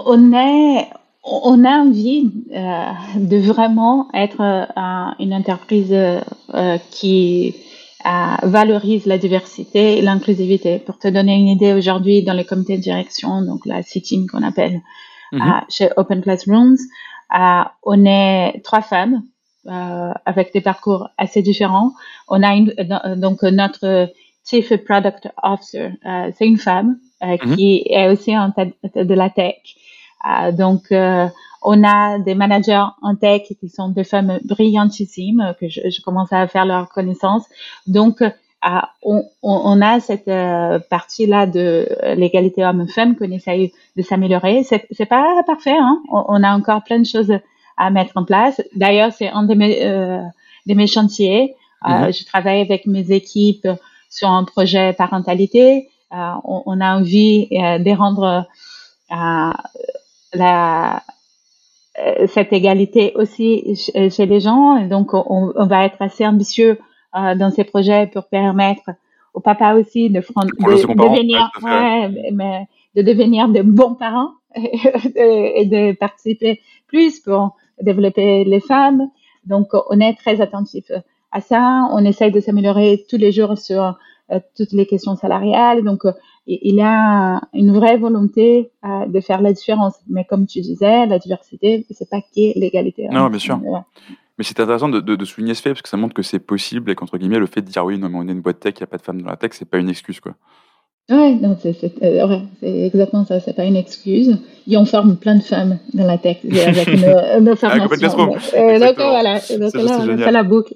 on a envie de vraiment être une entreprise qui valorise la diversité et l'inclusivité. Pour te donner une idée, aujourd'hui, dans le comité de direction, donc la C-Team qu'on appelle chez Open Classrooms, on est 3 femmes avec des parcours assez différents. On a donc notre Chief Product Officer, c'est une femme qui est aussi en tête de la tech. Donc, on a des managers en tech qui sont des femmes brillantissimes que je commence à faire leur connaissance. Donc, on a cette partie-là de l'égalité homme-femme qu'on essaye de s'améliorer. C'est pas parfait, hein. On a encore plein de choses à mettre en place. D'ailleurs, c'est un de mes chantiers. Je travaille avec mes équipes sur un projet parentalité. On a envie de rendre cette égalité aussi chez les gens. Et donc, on va être assez ambitieux dans ces projets pour permettre aux papas aussi Pour le second parent, devenir, tout à fait. mais de devenir de bons parents et de participer plus pour développer les femmes. Donc, on est très attentif à ça. On essaye de s'améliorer tous les jours sur toutes les questions salariales. Donc, il y a une vraie volonté de faire la différence. Mais comme tu disais, la diversité, c'est pas que l'égalité. Non, bien sûr. Mais c'est intéressant de souligner ce fait parce que ça montre que c'est possible et qu'entre guillemets, le fait de dire oui, non, mais on est une boîte tech, il n'y a pas de femmes dans la tech, c'est pas une excuse, quoi. Ouais, non, c'est exactement ça. C'est pas une excuse. Et on forme plein de femmes dans la tech avec nos Avec Open formations. Classroom, Donc exactement. voilà. Donc Ça, là, c'est on a fait génial. la boucle.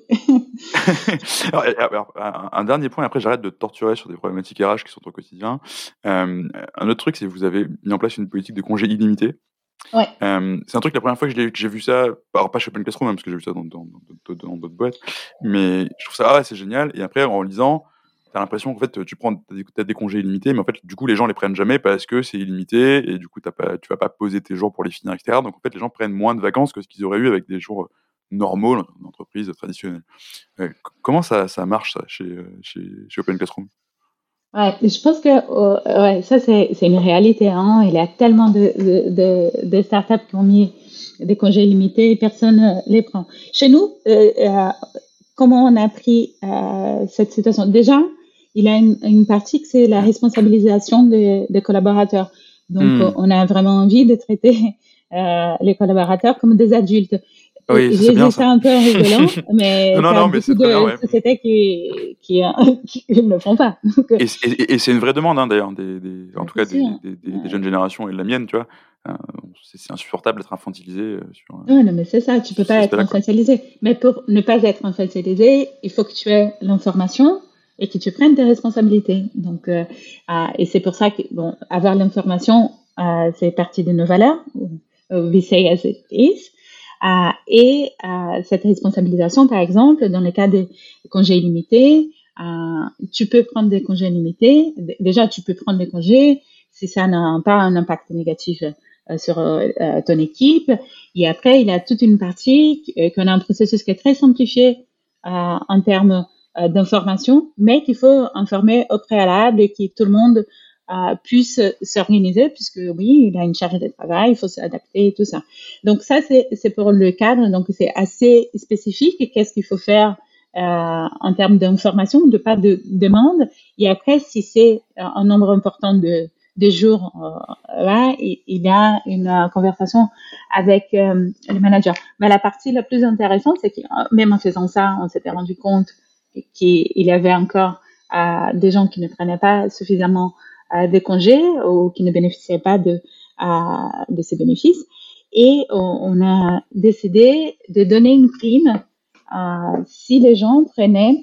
Alors, un dernier point, après j'arrête de te torturer sur des problématiques RH qui sont au quotidien. Un autre truc, c'est que vous avez mis en place une politique de congé illimité. Ouais. C'est un truc, la première fois que j'ai vu ça, alors pas chez Open Classroom, hein, parce que j'ai vu ça dans d'autres boîtes, mais je trouve ça, c'est génial. Et après, en lisant, t'as l'impression qu'en fait, t'as des congés illimités, mais en fait, du coup, les gens les prennent jamais parce que c'est illimité, et du coup, tu vas pas poser tes jours pour les finir, etc. Donc, en fait, les gens prennent moins de vacances que ce qu'ils auraient eu avec des jours normaux dans une entreprise traditionnelle. Comment ça marche, ça, chez Open Classroom? Ouais, je pense que ouais, ça c'est une réalité. Hein. Il y a tellement de startups qui ont mis des congés limités et personne les prend. Chez nous, comment on a pris cette situation? Déjà, il y a une partie que c'est la responsabilisation des collaborateurs. Donc, on a vraiment envie de traiter les collaborateurs comme des adultes. Oui, ça c'est J'ai bien dit ça ça. un peu en rigolant, mais Non, t'as mais beaucoup c'est très bien, de ouais. sociétés qui ne le font pas. Donc, Et c'est une vraie demande, hein, d'ailleurs, en tout c'est cas sûr. des jeunes générations et de la mienne, tu vois. Euh, c'est insupportable d'être infantilisé sur Ouais, non, mais c'est ça, tu peux sur cet pas être aspect-là, quoi. infantilisé. Mais pour ne pas être infantilisé, il faut que tu aies l'information et que tu prennes tes responsabilités. Donc, et c'est pour ça que, bon, avoir l'information, c'est partie de nos valeurs. We say as it is. Cette responsabilisation, par exemple, dans le cas des congés illimités, tu peux prendre des congés limités. Déjà, tu peux prendre des congés si ça n'a pas un impact négatif sur ton équipe. Et après, il y a toute une partie qu'on a un processus qui est très simplifié en termes d'information, mais qu'il faut informer au préalable et que tout le monde puisse s'organiser, puisque oui, il a une charge de travail, il faut s'adapter et tout ça. Donc ça, c'est pour le cadre, donc c'est assez spécifique. Qu'est-ce qu'il faut faire en termes d'information, de pas de demande. Et après, si c'est un nombre important de jours, là, il y a une conversation avec le manager. Mais la partie la plus intéressante, c'est que même en faisant ça, on s'était rendu compte qu'il y avait encore des gens qui ne prenaient pas suffisamment de congés ou qui ne bénéficiaient pas de ces bénéfices. Et on a décidé de donner une prime si les gens prenaient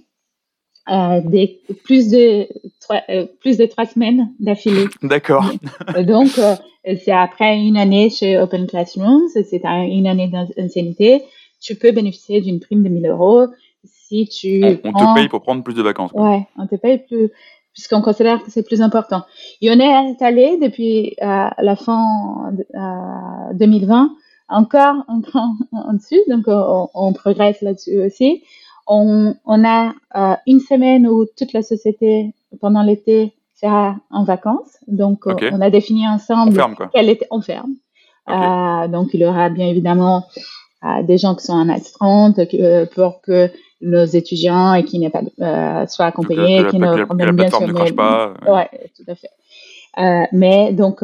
plus de 3 semaines d'affilée. D'accord. Donc, c'est après une année chez Open Classroom, c'est une année d'ancienneté, tu peux bénéficier d'une prime de 1 000 euros si tu On te prends. paye pour prendre plus de vacances, quoi. Ouais, on te paye plus, puisqu'on considère que c'est plus important. Et on est installé depuis la fin 2020, encore en dessus, donc on progresse là-dessus aussi. On a une semaine où toute la société, pendant l'été, sera en vacances. Donc, Ok. on a défini On ensemble ferme, quoi. quel était, on ferme. Ok. Donc, il y aura bien évidemment des gens qui sont en astreinte pour que nos étudiants et qui n'est pas soient accompagnés, qui ne Que la promènent bien plateforme sûr. ne crache pas. Ouais, tout à fait. Mais donc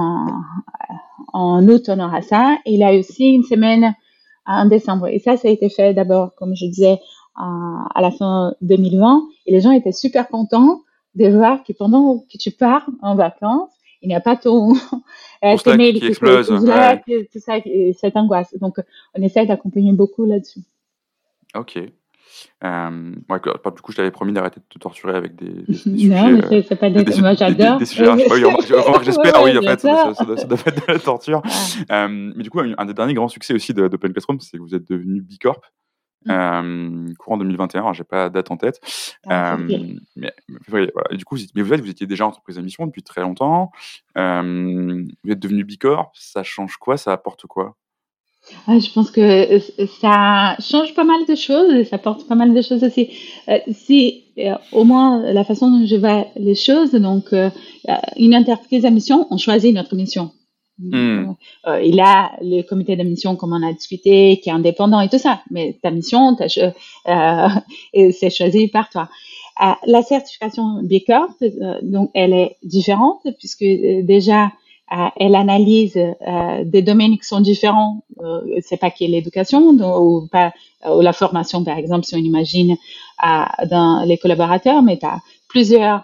en août on aura ça. Et il y a aussi une semaine en décembre. Et ça a été fait d'abord, comme je disais, à la fin 2020. Et les gens étaient super contents de voir que pendant que tu pars en vacances, il n'y a pas ton Ton tes Slack mails qui qui explose. Ouais. tout ça, cette angoisse. Donc, on essaie d'accompagner beaucoup là-dessus. Ok. Ouais, du coup, je t'avais promis d'arrêter de te torturer avec des Non, sujets, mais c'est pas moi j'adore. des sujets RH. Bah oui, remarque, Ouais, j'espère, ouais, oui, en bien fait, sûr. ça doit pas être de la torture. Ah. Mais du coup, un des derniers grands succès aussi d'Open Classroom, c'est que vous êtes devenu B Corp. Courant 2021, alors j'ai pas la date en tête. Ah, ok. Mais voilà. Et du coup, vous étiez déjà entreprise à mission depuis très longtemps. Vous êtes devenu B Corp, ça change quoi? Ça apporte quoi? Je pense que ça change pas mal de choses et ça porte pas mal de choses aussi. Si au moins la façon dont je vois les choses, donc une entreprise à mission, on choisit notre mission. Il y a le comité de mission, comme on a discuté, qui est indépendant et tout ça, mais ta mission, c'est choisi par toi. La certification B Corp, donc elle est différente puisque déjà elle analyse des domaines qui sont différents. C'est pas que l'éducation ou pas ou la formation, par exemple, si on imagine dans les collaborateurs, mais tu as plusieurs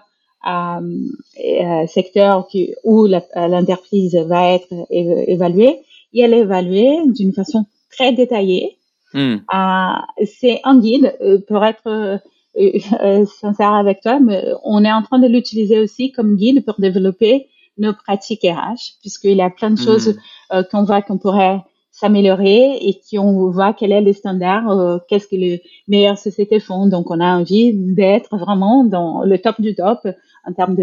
secteurs où l'entreprise va être évaluée. Et elle est évaluée d'une façon très détaillée. C'est un guide pour être sincère avec toi, mais on est en train de l'utiliser aussi comme guide pour développer nos pratiques RH, puisqu'il y a plein de choses qu'on voit qu'on pourrait s'améliorer et qu'on voit quel est le standard, qu'est-ce que les meilleures sociétés font. Donc, on a envie d'être vraiment dans le top du top en termes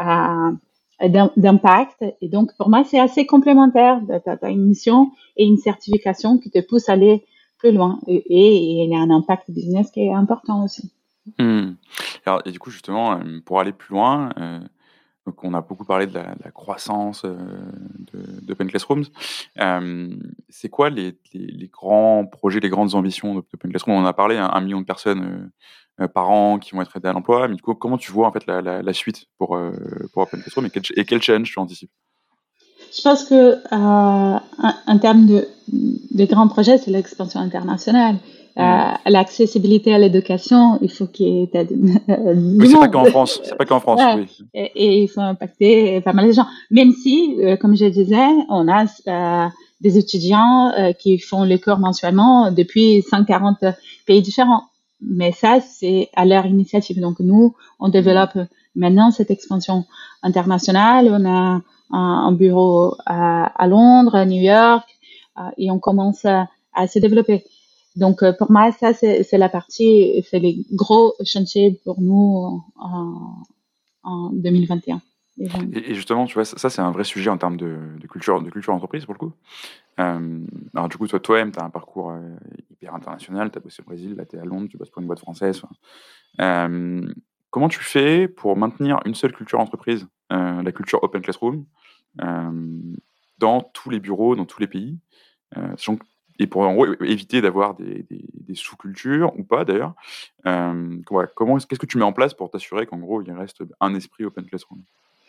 d'impact. Et donc, pour moi, c'est assez complémentaire. Tu as une mission et une certification qui te pousse à aller plus loin. Et il y a un impact business qui est important aussi. Alors, et du coup, justement, pour aller plus loin, donc on a beaucoup parlé de la croissance d'Open Classrooms. C'est quoi les grands projets, les grandes ambitions d'Open Classrooms? On en a parlé, 1 million de personnes par an qui vont être aidées à l'emploi. Mais du coup, comment tu vois en fait la suite pour Open Classrooms et quel challenge tu anticipes? Je pense que en termes de grands projets, c'est l'expansion internationale. L'accessibilité à l'éducation, il faut qu'il y ait oui, c'est pas qu'en France. C'est pas qu'en France. Ouais. Oui. Et il faut impacter pas mal de gens. Même si, comme je disais, on a des étudiants qui font les cours mensuellement depuis 140 pays différents. Mais ça, c'est à leur initiative. Donc nous, on développe maintenant cette expansion internationale. On a un bureau à Londres, à New York, et on commence à se développer. Donc, pour moi, ça, c'est la partie, c'est les gros chantiers pour nous en 2021. Et justement, tu vois, ça c'est un vrai sujet en termes de culture d'entreprise pour le coup. Alors du coup, toi-même, tu as un parcours hyper international, tu as bossé au Brésil, là tu es à Londres, tu bosses pour une boîte française. Comment tu fais pour maintenir une seule culture entreprise, la culture Open Classroom, dans tous les bureaux, dans tous les pays, et pour en gros éviter d'avoir des sous-cultures ou pas d'ailleurs. Qu'est-ce que tu mets en place pour t'assurer qu'en gros il reste un esprit Open Classroom?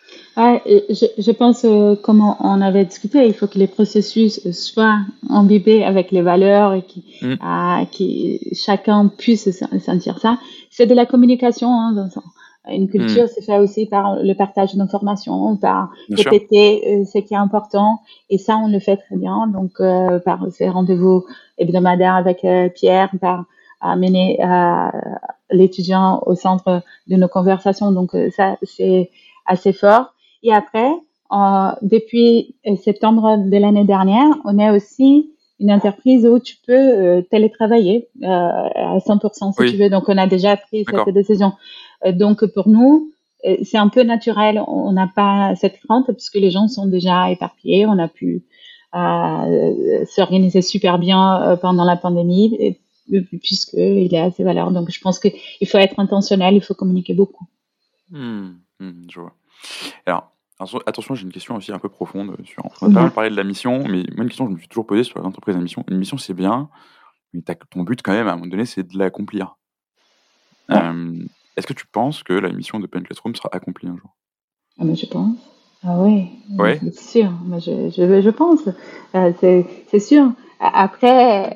Je pense, comme on avait discuté, il faut que les processus soient imbibés avec les valeurs et qui chacun puisse sentir ça. C'est de la communication, hein, une culture, c'est fait aussi par le partage d'informations, par répéter ce qui est important, et ça, on le fait très bien. Donc, par ces rendez-vous hebdomadaires avec Pierre, par amener l'étudiant au centre de nos conversations. Donc, ça, c'est assez fort. Et après, depuis septembre de l'année dernière, on est aussi une entreprise où tu peux télétravailler à 100% si tu veux. Donc, on a déjà pris cette décision. Donc, pour nous, c'est un peu naturel. On n'a pas cette crainte puisque les gens sont déjà éparpillés. On a pu s'organiser super bien pendant la pandémie puisqu'il y a ces valeurs. Donc, je pense qu'il faut être intentionnel, il faut communiquer beaucoup. Je vois. Alors, attention, j'ai une question aussi un peu profonde. On a pas mal parlé de la mission, mais moi, une question que je me suis toujours posée sur l'entreprise à mission. Une mission, c'est bien, mais ton but, quand même, à un moment donné, c'est de l'accomplir. Est-ce que tu penses que la mission d'Open Classroom sera accomplie un jour? Mais je pense. Ah oui, ouais. C'est sûr. Mais je pense. C'est sûr. Après,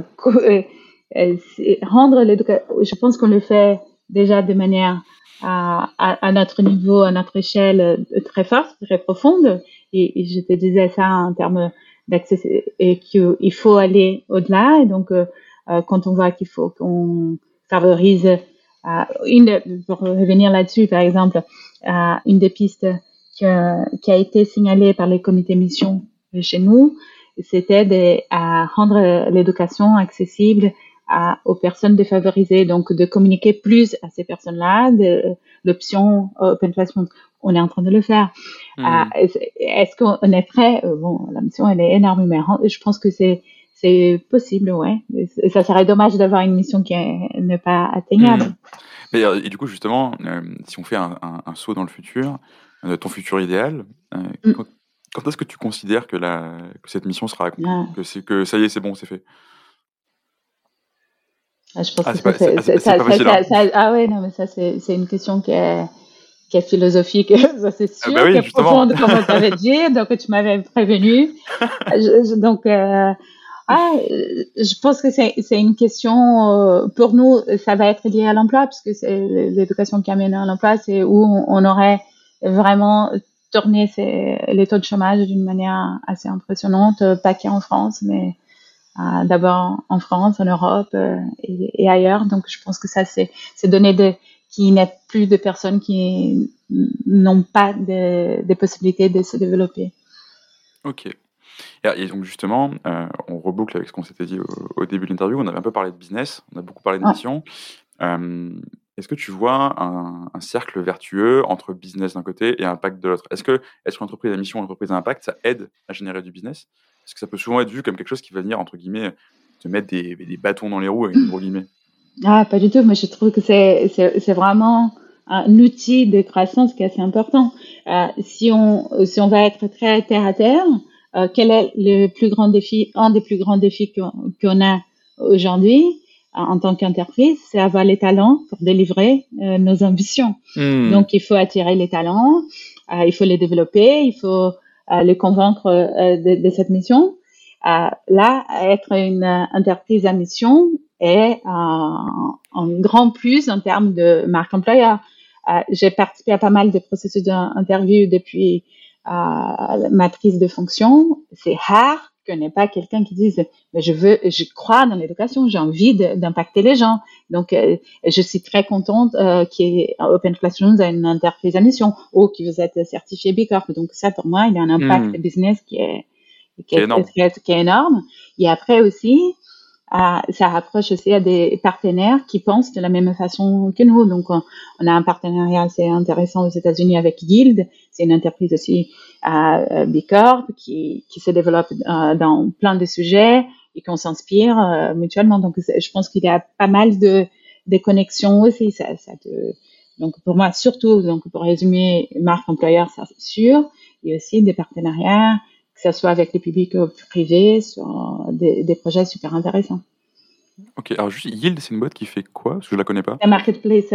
rendre l'éducation, je pense qu'on le fait déjà de manière à notre niveau, à notre échelle très forte, très profonde. Et je te disais ça en termes d'accès et qu'il faut aller au-delà. Et donc, quand on voit qu'il faut qu'on favorise pour revenir là-dessus, par exemple, une des pistes qui a été signalée par les comités mission chez nous, c'était de rendre l'éducation accessible aux personnes défavorisées, donc de communiquer plus à ces personnes-là, de l'option Open Classroom. On est en train de le faire. Est-ce qu'on est prêt? Bon, la mission, elle est énorme, mais je pense que c'est c'est possible, ouais. Et ça serait dommage d'avoir une mission qui n'est pas atteignable. Mais, et du coup, justement, si on fait un saut dans le futur, ton futur idéal, quand est-ce que tu considères que cette mission sera accomplie, que ça y est, c'est bon, c'est fait? Je pense que c'est pas facile, hein. ah ouais, non, mais ça, c'est une question qui est philosophique, ça c'est sûr, bah oui, qui est justement. profonde, comme on t'avait dit, donc tu m'avais prévenu. Donc, je pense que c'est une question, pour nous, ça va être lié à l'emploi, puisque c'est l'éducation qui amène à l'emploi, c'est où on aurait vraiment tourné les taux de chômage d'une manière assez impressionnante, pas qu'en France, mais d'abord en France, en Europe et ailleurs. Donc, je pense que ça, c'est donner qu'il n'y ait plus de personnes qui n'ont pas des possibilités de se développer. Ok. Et donc justement, on reboucle avec ce qu'on s'était dit au début de l'interview. On avait un peu parlé de business, on a beaucoup parlé de mission. Est-ce que tu vois un cercle vertueux entre business d'un côté et impact de l'autre? Est-ce qu'une entreprise à mission, une entreprise à impact, ça aide à générer du business? Parce que ça peut souvent être vu comme quelque chose qui va venir, entre guillemets, te mettre des bâtons dans les roues, avec des gros guillemets. Pas du tout. Mais je trouve que c'est vraiment un outil de croissance qui est assez important. Si on va être très terre à terre, quel est le plus grand défi, un des plus grands défis qu'on a aujourd'hui en tant qu'entreprise, c'est avoir les talents pour délivrer nos ambitions. Donc, il faut attirer les talents, il faut les développer, il faut les convaincre de cette mission. Là, être une entreprise à mission est un grand plus en termes de marque employeur. J'ai participé à pas mal de processus d'interview depuis ma prise de fonction. C'est rare qu'il n'y ait pas quelqu'un qui dise mais je crois dans l'éducation, j'ai envie d'impacter les gens. Donc, je suis très contente qu'il y ait Open Classrooms à une entreprise à mission ou que vous êtes certifié B Corp. Donc, ça, pour moi, il y a un impact business qui est énorme. Et après aussi, ça rapproche aussi à des partenaires qui pensent de la même façon que nous. Donc, on a un partenariat assez intéressant aux États-Unis avec Yield. C'est une entreprise aussi B Corp qui se développe dans plein de sujets et qu'on s'inspire mutuellement. Donc, je pense qu'il y a pas mal de connexions aussi. Donc, pour moi, surtout, donc pour résumer, marque employeur, ça c'est sûr. Il y a aussi des partenariats, que ce soit avec les publics ou privés, sur des projets super intéressants. Ok, alors juste, Yield, c'est une boîte qui fait quoi? Parce que je la connais pas. La marketplace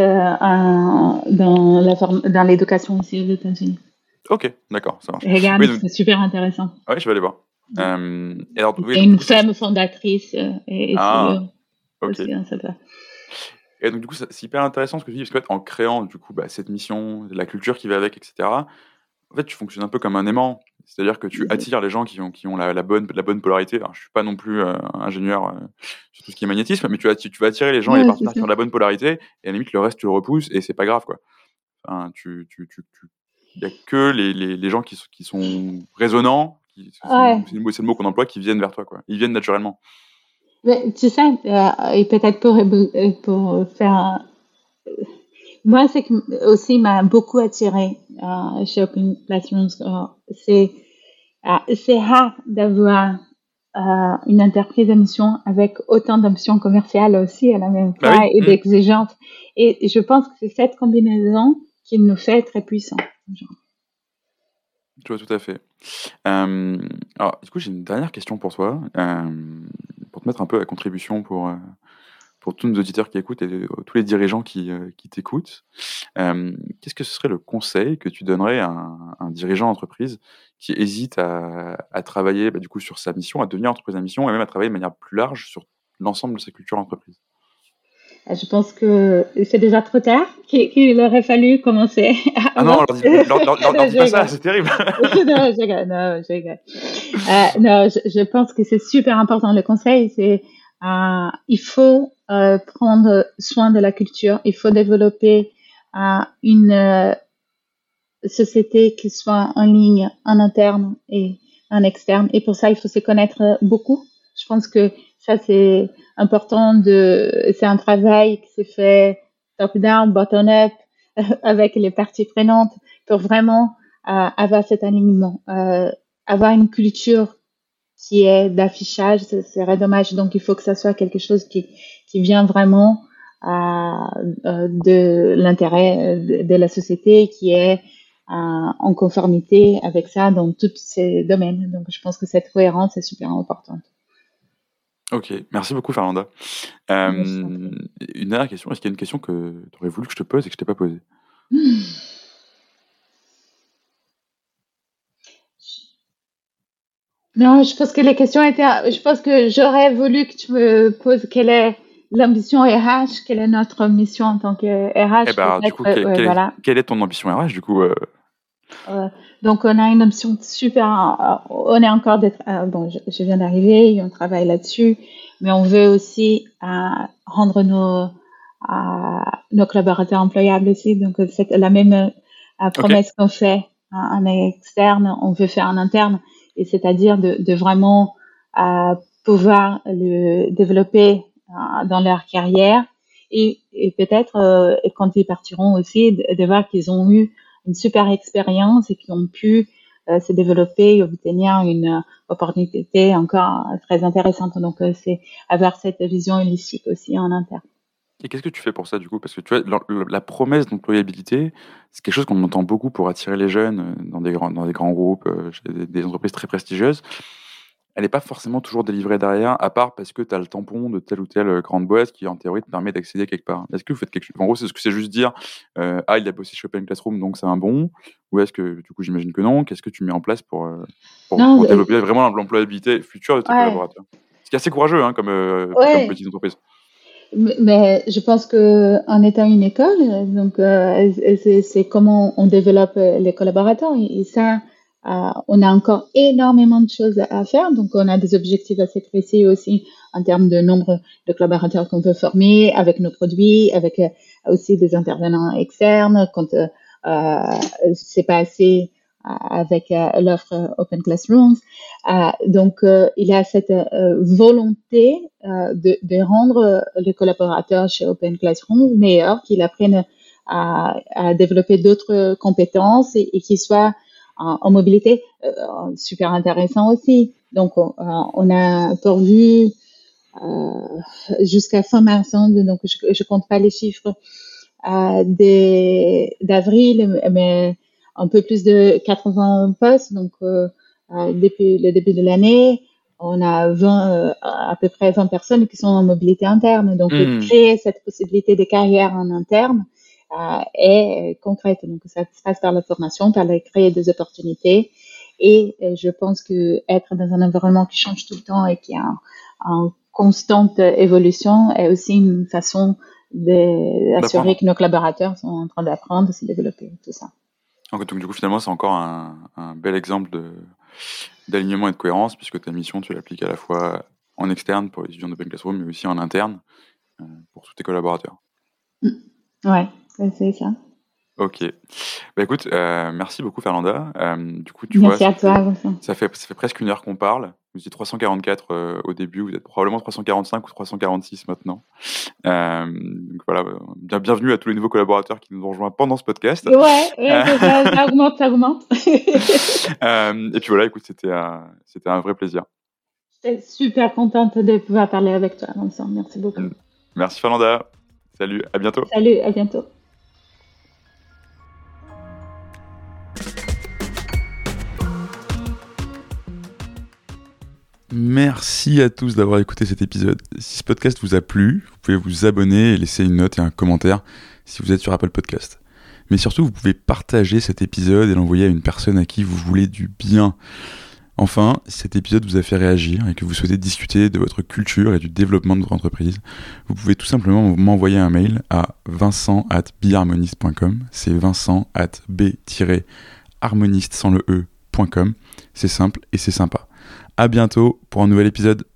dans l'éducation aussi aux États-Unis. Ok, d'accord, ça marche. Regarde, c'est super intéressant. Ouais, je vais aller voir. C'est une femme fondatrice et CEO aussi dans cette. Et donc, du coup, c'est hyper intéressant ce que tu dis, parce qu'en fait, en créant, du coup, cette mission, la culture qui va avec, etc., en fait, tu fonctionnes un peu comme un aimant. C'est-à-dire que tu attires les gens qui ont la bonne polarité. Alors, je suis pas non plus ingénieur sur tout ce qui est magnétisme, mais tu vas attirer les gens et les partenaires qui ont la bonne polarité, et à la limite, le reste, tu le repousses, et c'est pas grave, quoi. Enfin, il y a que les gens qui sont résonnants, c'est le mot qu'on emploie, qui viennent vers toi, quoi. Ils viennent naturellement. Mais tu sais, et peut-être pour faire... Moi, c'est que aussi m'a beaucoup attiré chez Open Classrooms. C'est rare d'avoir une entreprise à mission avec autant d'ambitions commerciales aussi à la même fois et d'exigences. Et je pense que c'est cette combinaison qui nous fait très puissants. Tu vois, tout à fait. Alors, du coup, j'ai une dernière question pour toi, pour te mettre un peu à contribution pour tous nos auditeurs qui écoutent et tous les dirigeants qui t'écoutent. Qu'est-ce que ce serait le conseil que tu donnerais à un dirigeant d'entreprise qui hésite à travailler du coup sur sa mission, à devenir entreprise à mission, et même à travailler de manière plus large sur l'ensemble de sa culture d'entreprise? Je pense que c'est déjà trop tard, qu'il aurait fallu commencer. Ah non, leur dis pas ça, c'est terrible. Non, je rigole. Non, je pense que c'est super important. Le conseil, c'est il faut prendre soin de la culture. Il faut développer une société qui soit en ligne, en interne et en externe. Et pour ça, il faut se connaître beaucoup. Je pense que ça, c'est important. C'est un travail qui s'est fait top-down, bottom-up, avec les parties prenantes pour vraiment avoir cet alignement, avoir une culture qui est d'affichage, ce serait dommage. Donc, il faut que ça soit quelque chose qui vient vraiment de l'intérêt de la société, qui est en conformité avec ça dans tous ces domaines. Donc, je pense que cette cohérence est super importante. Ok, merci beaucoup Fernanda. Une dernière question, est-ce qu'il y a une question que tu aurais voulu que je te pose et que je t'ai pas posée? Non, je pense que les questions étaient. Je pense que j'aurais voulu que tu me poses quelle est l'ambition RH, quelle est notre mission en tant que RH. Eh ben, du coup, Voilà. quelle est ton ambition RH du coup Donc, on a une ambition super. On est encore bon, je viens d'arriver, on travaille là-dessus, mais on veut aussi rendre nos collaborateurs employables aussi. Donc, c'est la même promesse qu'on fait en externe, on veut faire en interne, et c'est-à-dire de vraiment pouvoir le développer dans leur carrière et peut-être quand ils partiront aussi de voir qu'ils ont eu une super expérience et qui ont pu se développer et obtenir une opportunité encore très intéressante. Donc, c'est avoir cette vision holistique aussi en interne. Et qu'est-ce que tu fais pour ça du coup? Parce que tu vois, la promesse d'employabilité, c'est quelque chose qu'on entend beaucoup pour attirer les jeunes dans des grands groupes, chez des entreprises très prestigieuses. Elle n'est pas forcément toujours délivrée derrière, à part parce que tu as le tampon de telle ou telle grande boîte qui, en théorie, te permet d'accéder quelque part. Est-ce que vous faites quelque chose? En gros, est-ce que c'est juste dire ah, il a bossé chez Open Classroom, donc c'est un bon? Ou est-ce que, du coup, j'imagine que non? Qu'est-ce que tu mets en place pour développer vraiment l'employabilité future de tes collaborateurs? Ce qui est assez courageux comme petite entreprise. Mais je pense que en étant une école, donc c'est comment on développe les collaborateurs et ça, on a encore énormément de choses à faire. Donc on a des objectifs assez précis aussi en termes de nombre de collaborateurs qu'on peut former avec nos produits, avec aussi des intervenants externes quand c'est pas assez avec l'offre Open Classrooms. Donc, il y a cette volonté de rendre les collaborateurs chez Open Classrooms meilleurs, qu'ils apprennent à développer d'autres compétences et qu'ils soient en mobilité. Super intéressant aussi. Donc, on a pourvu jusqu'à fin mars, donc je compte pas les chiffres d'avril, mais un peu plus de 80 postes. Donc, depuis le début de l'année, on a à peu près 20 personnes qui sont en mobilité interne. Donc, créer cette possibilité de carrière en interne est concrète. Donc, ça se passe par la formation, par créer des opportunités. Et je pense que être dans un environnement qui change tout le temps et qui est en constante évolution est aussi une façon d'assurer que nos collaborateurs sont en train d'apprendre, de se développer, tout ça. Donc du coup, finalement, c'est encore un bel exemple d'alignement et de cohérence, puisque ta mission, tu l'appliques à la fois en externe pour les étudiants d'Open Classroom, mais aussi en interne pour tous tes collaborateurs. Ouais, c'est ça. Ok. Bah écoute, merci beaucoup Fernanda. Du coup, merci à toi, Vincent. Ça fait presque une heure qu'on parle. Vous étiez 344 au début, vous êtes probablement 345 ou 346 maintenant. Donc voilà, bienvenue à tous les nouveaux collaborateurs qui nous ont rejoints pendant ce podcast. Ouais, ça augmente. Et puis voilà, écoute, c'était un vrai plaisir. J'étais super contente de pouvoir parler avec toi, Vincent. Merci beaucoup. Merci Fernanda. Salut, à bientôt. Salut, à bientôt. Merci à tous d'avoir écouté cet épisode. Si ce podcast vous a plu, vous pouvez vous abonner et laisser une note et un commentaire si vous êtes sur Apple Podcast. Mais surtout, vous pouvez partager cet épisode et l'envoyer à une personne à qui vous voulez du bien. Enfin, si cet épisode vous a fait réagir et que vous souhaitez discuter de votre culture et du développement de votre entreprise, vous pouvez tout simplement m'envoyer un mail à vincent@beharmonist.com. C'est vincent@b-harmoniste.com. C'est simple et c'est sympa. À bientôt pour un nouvel épisode.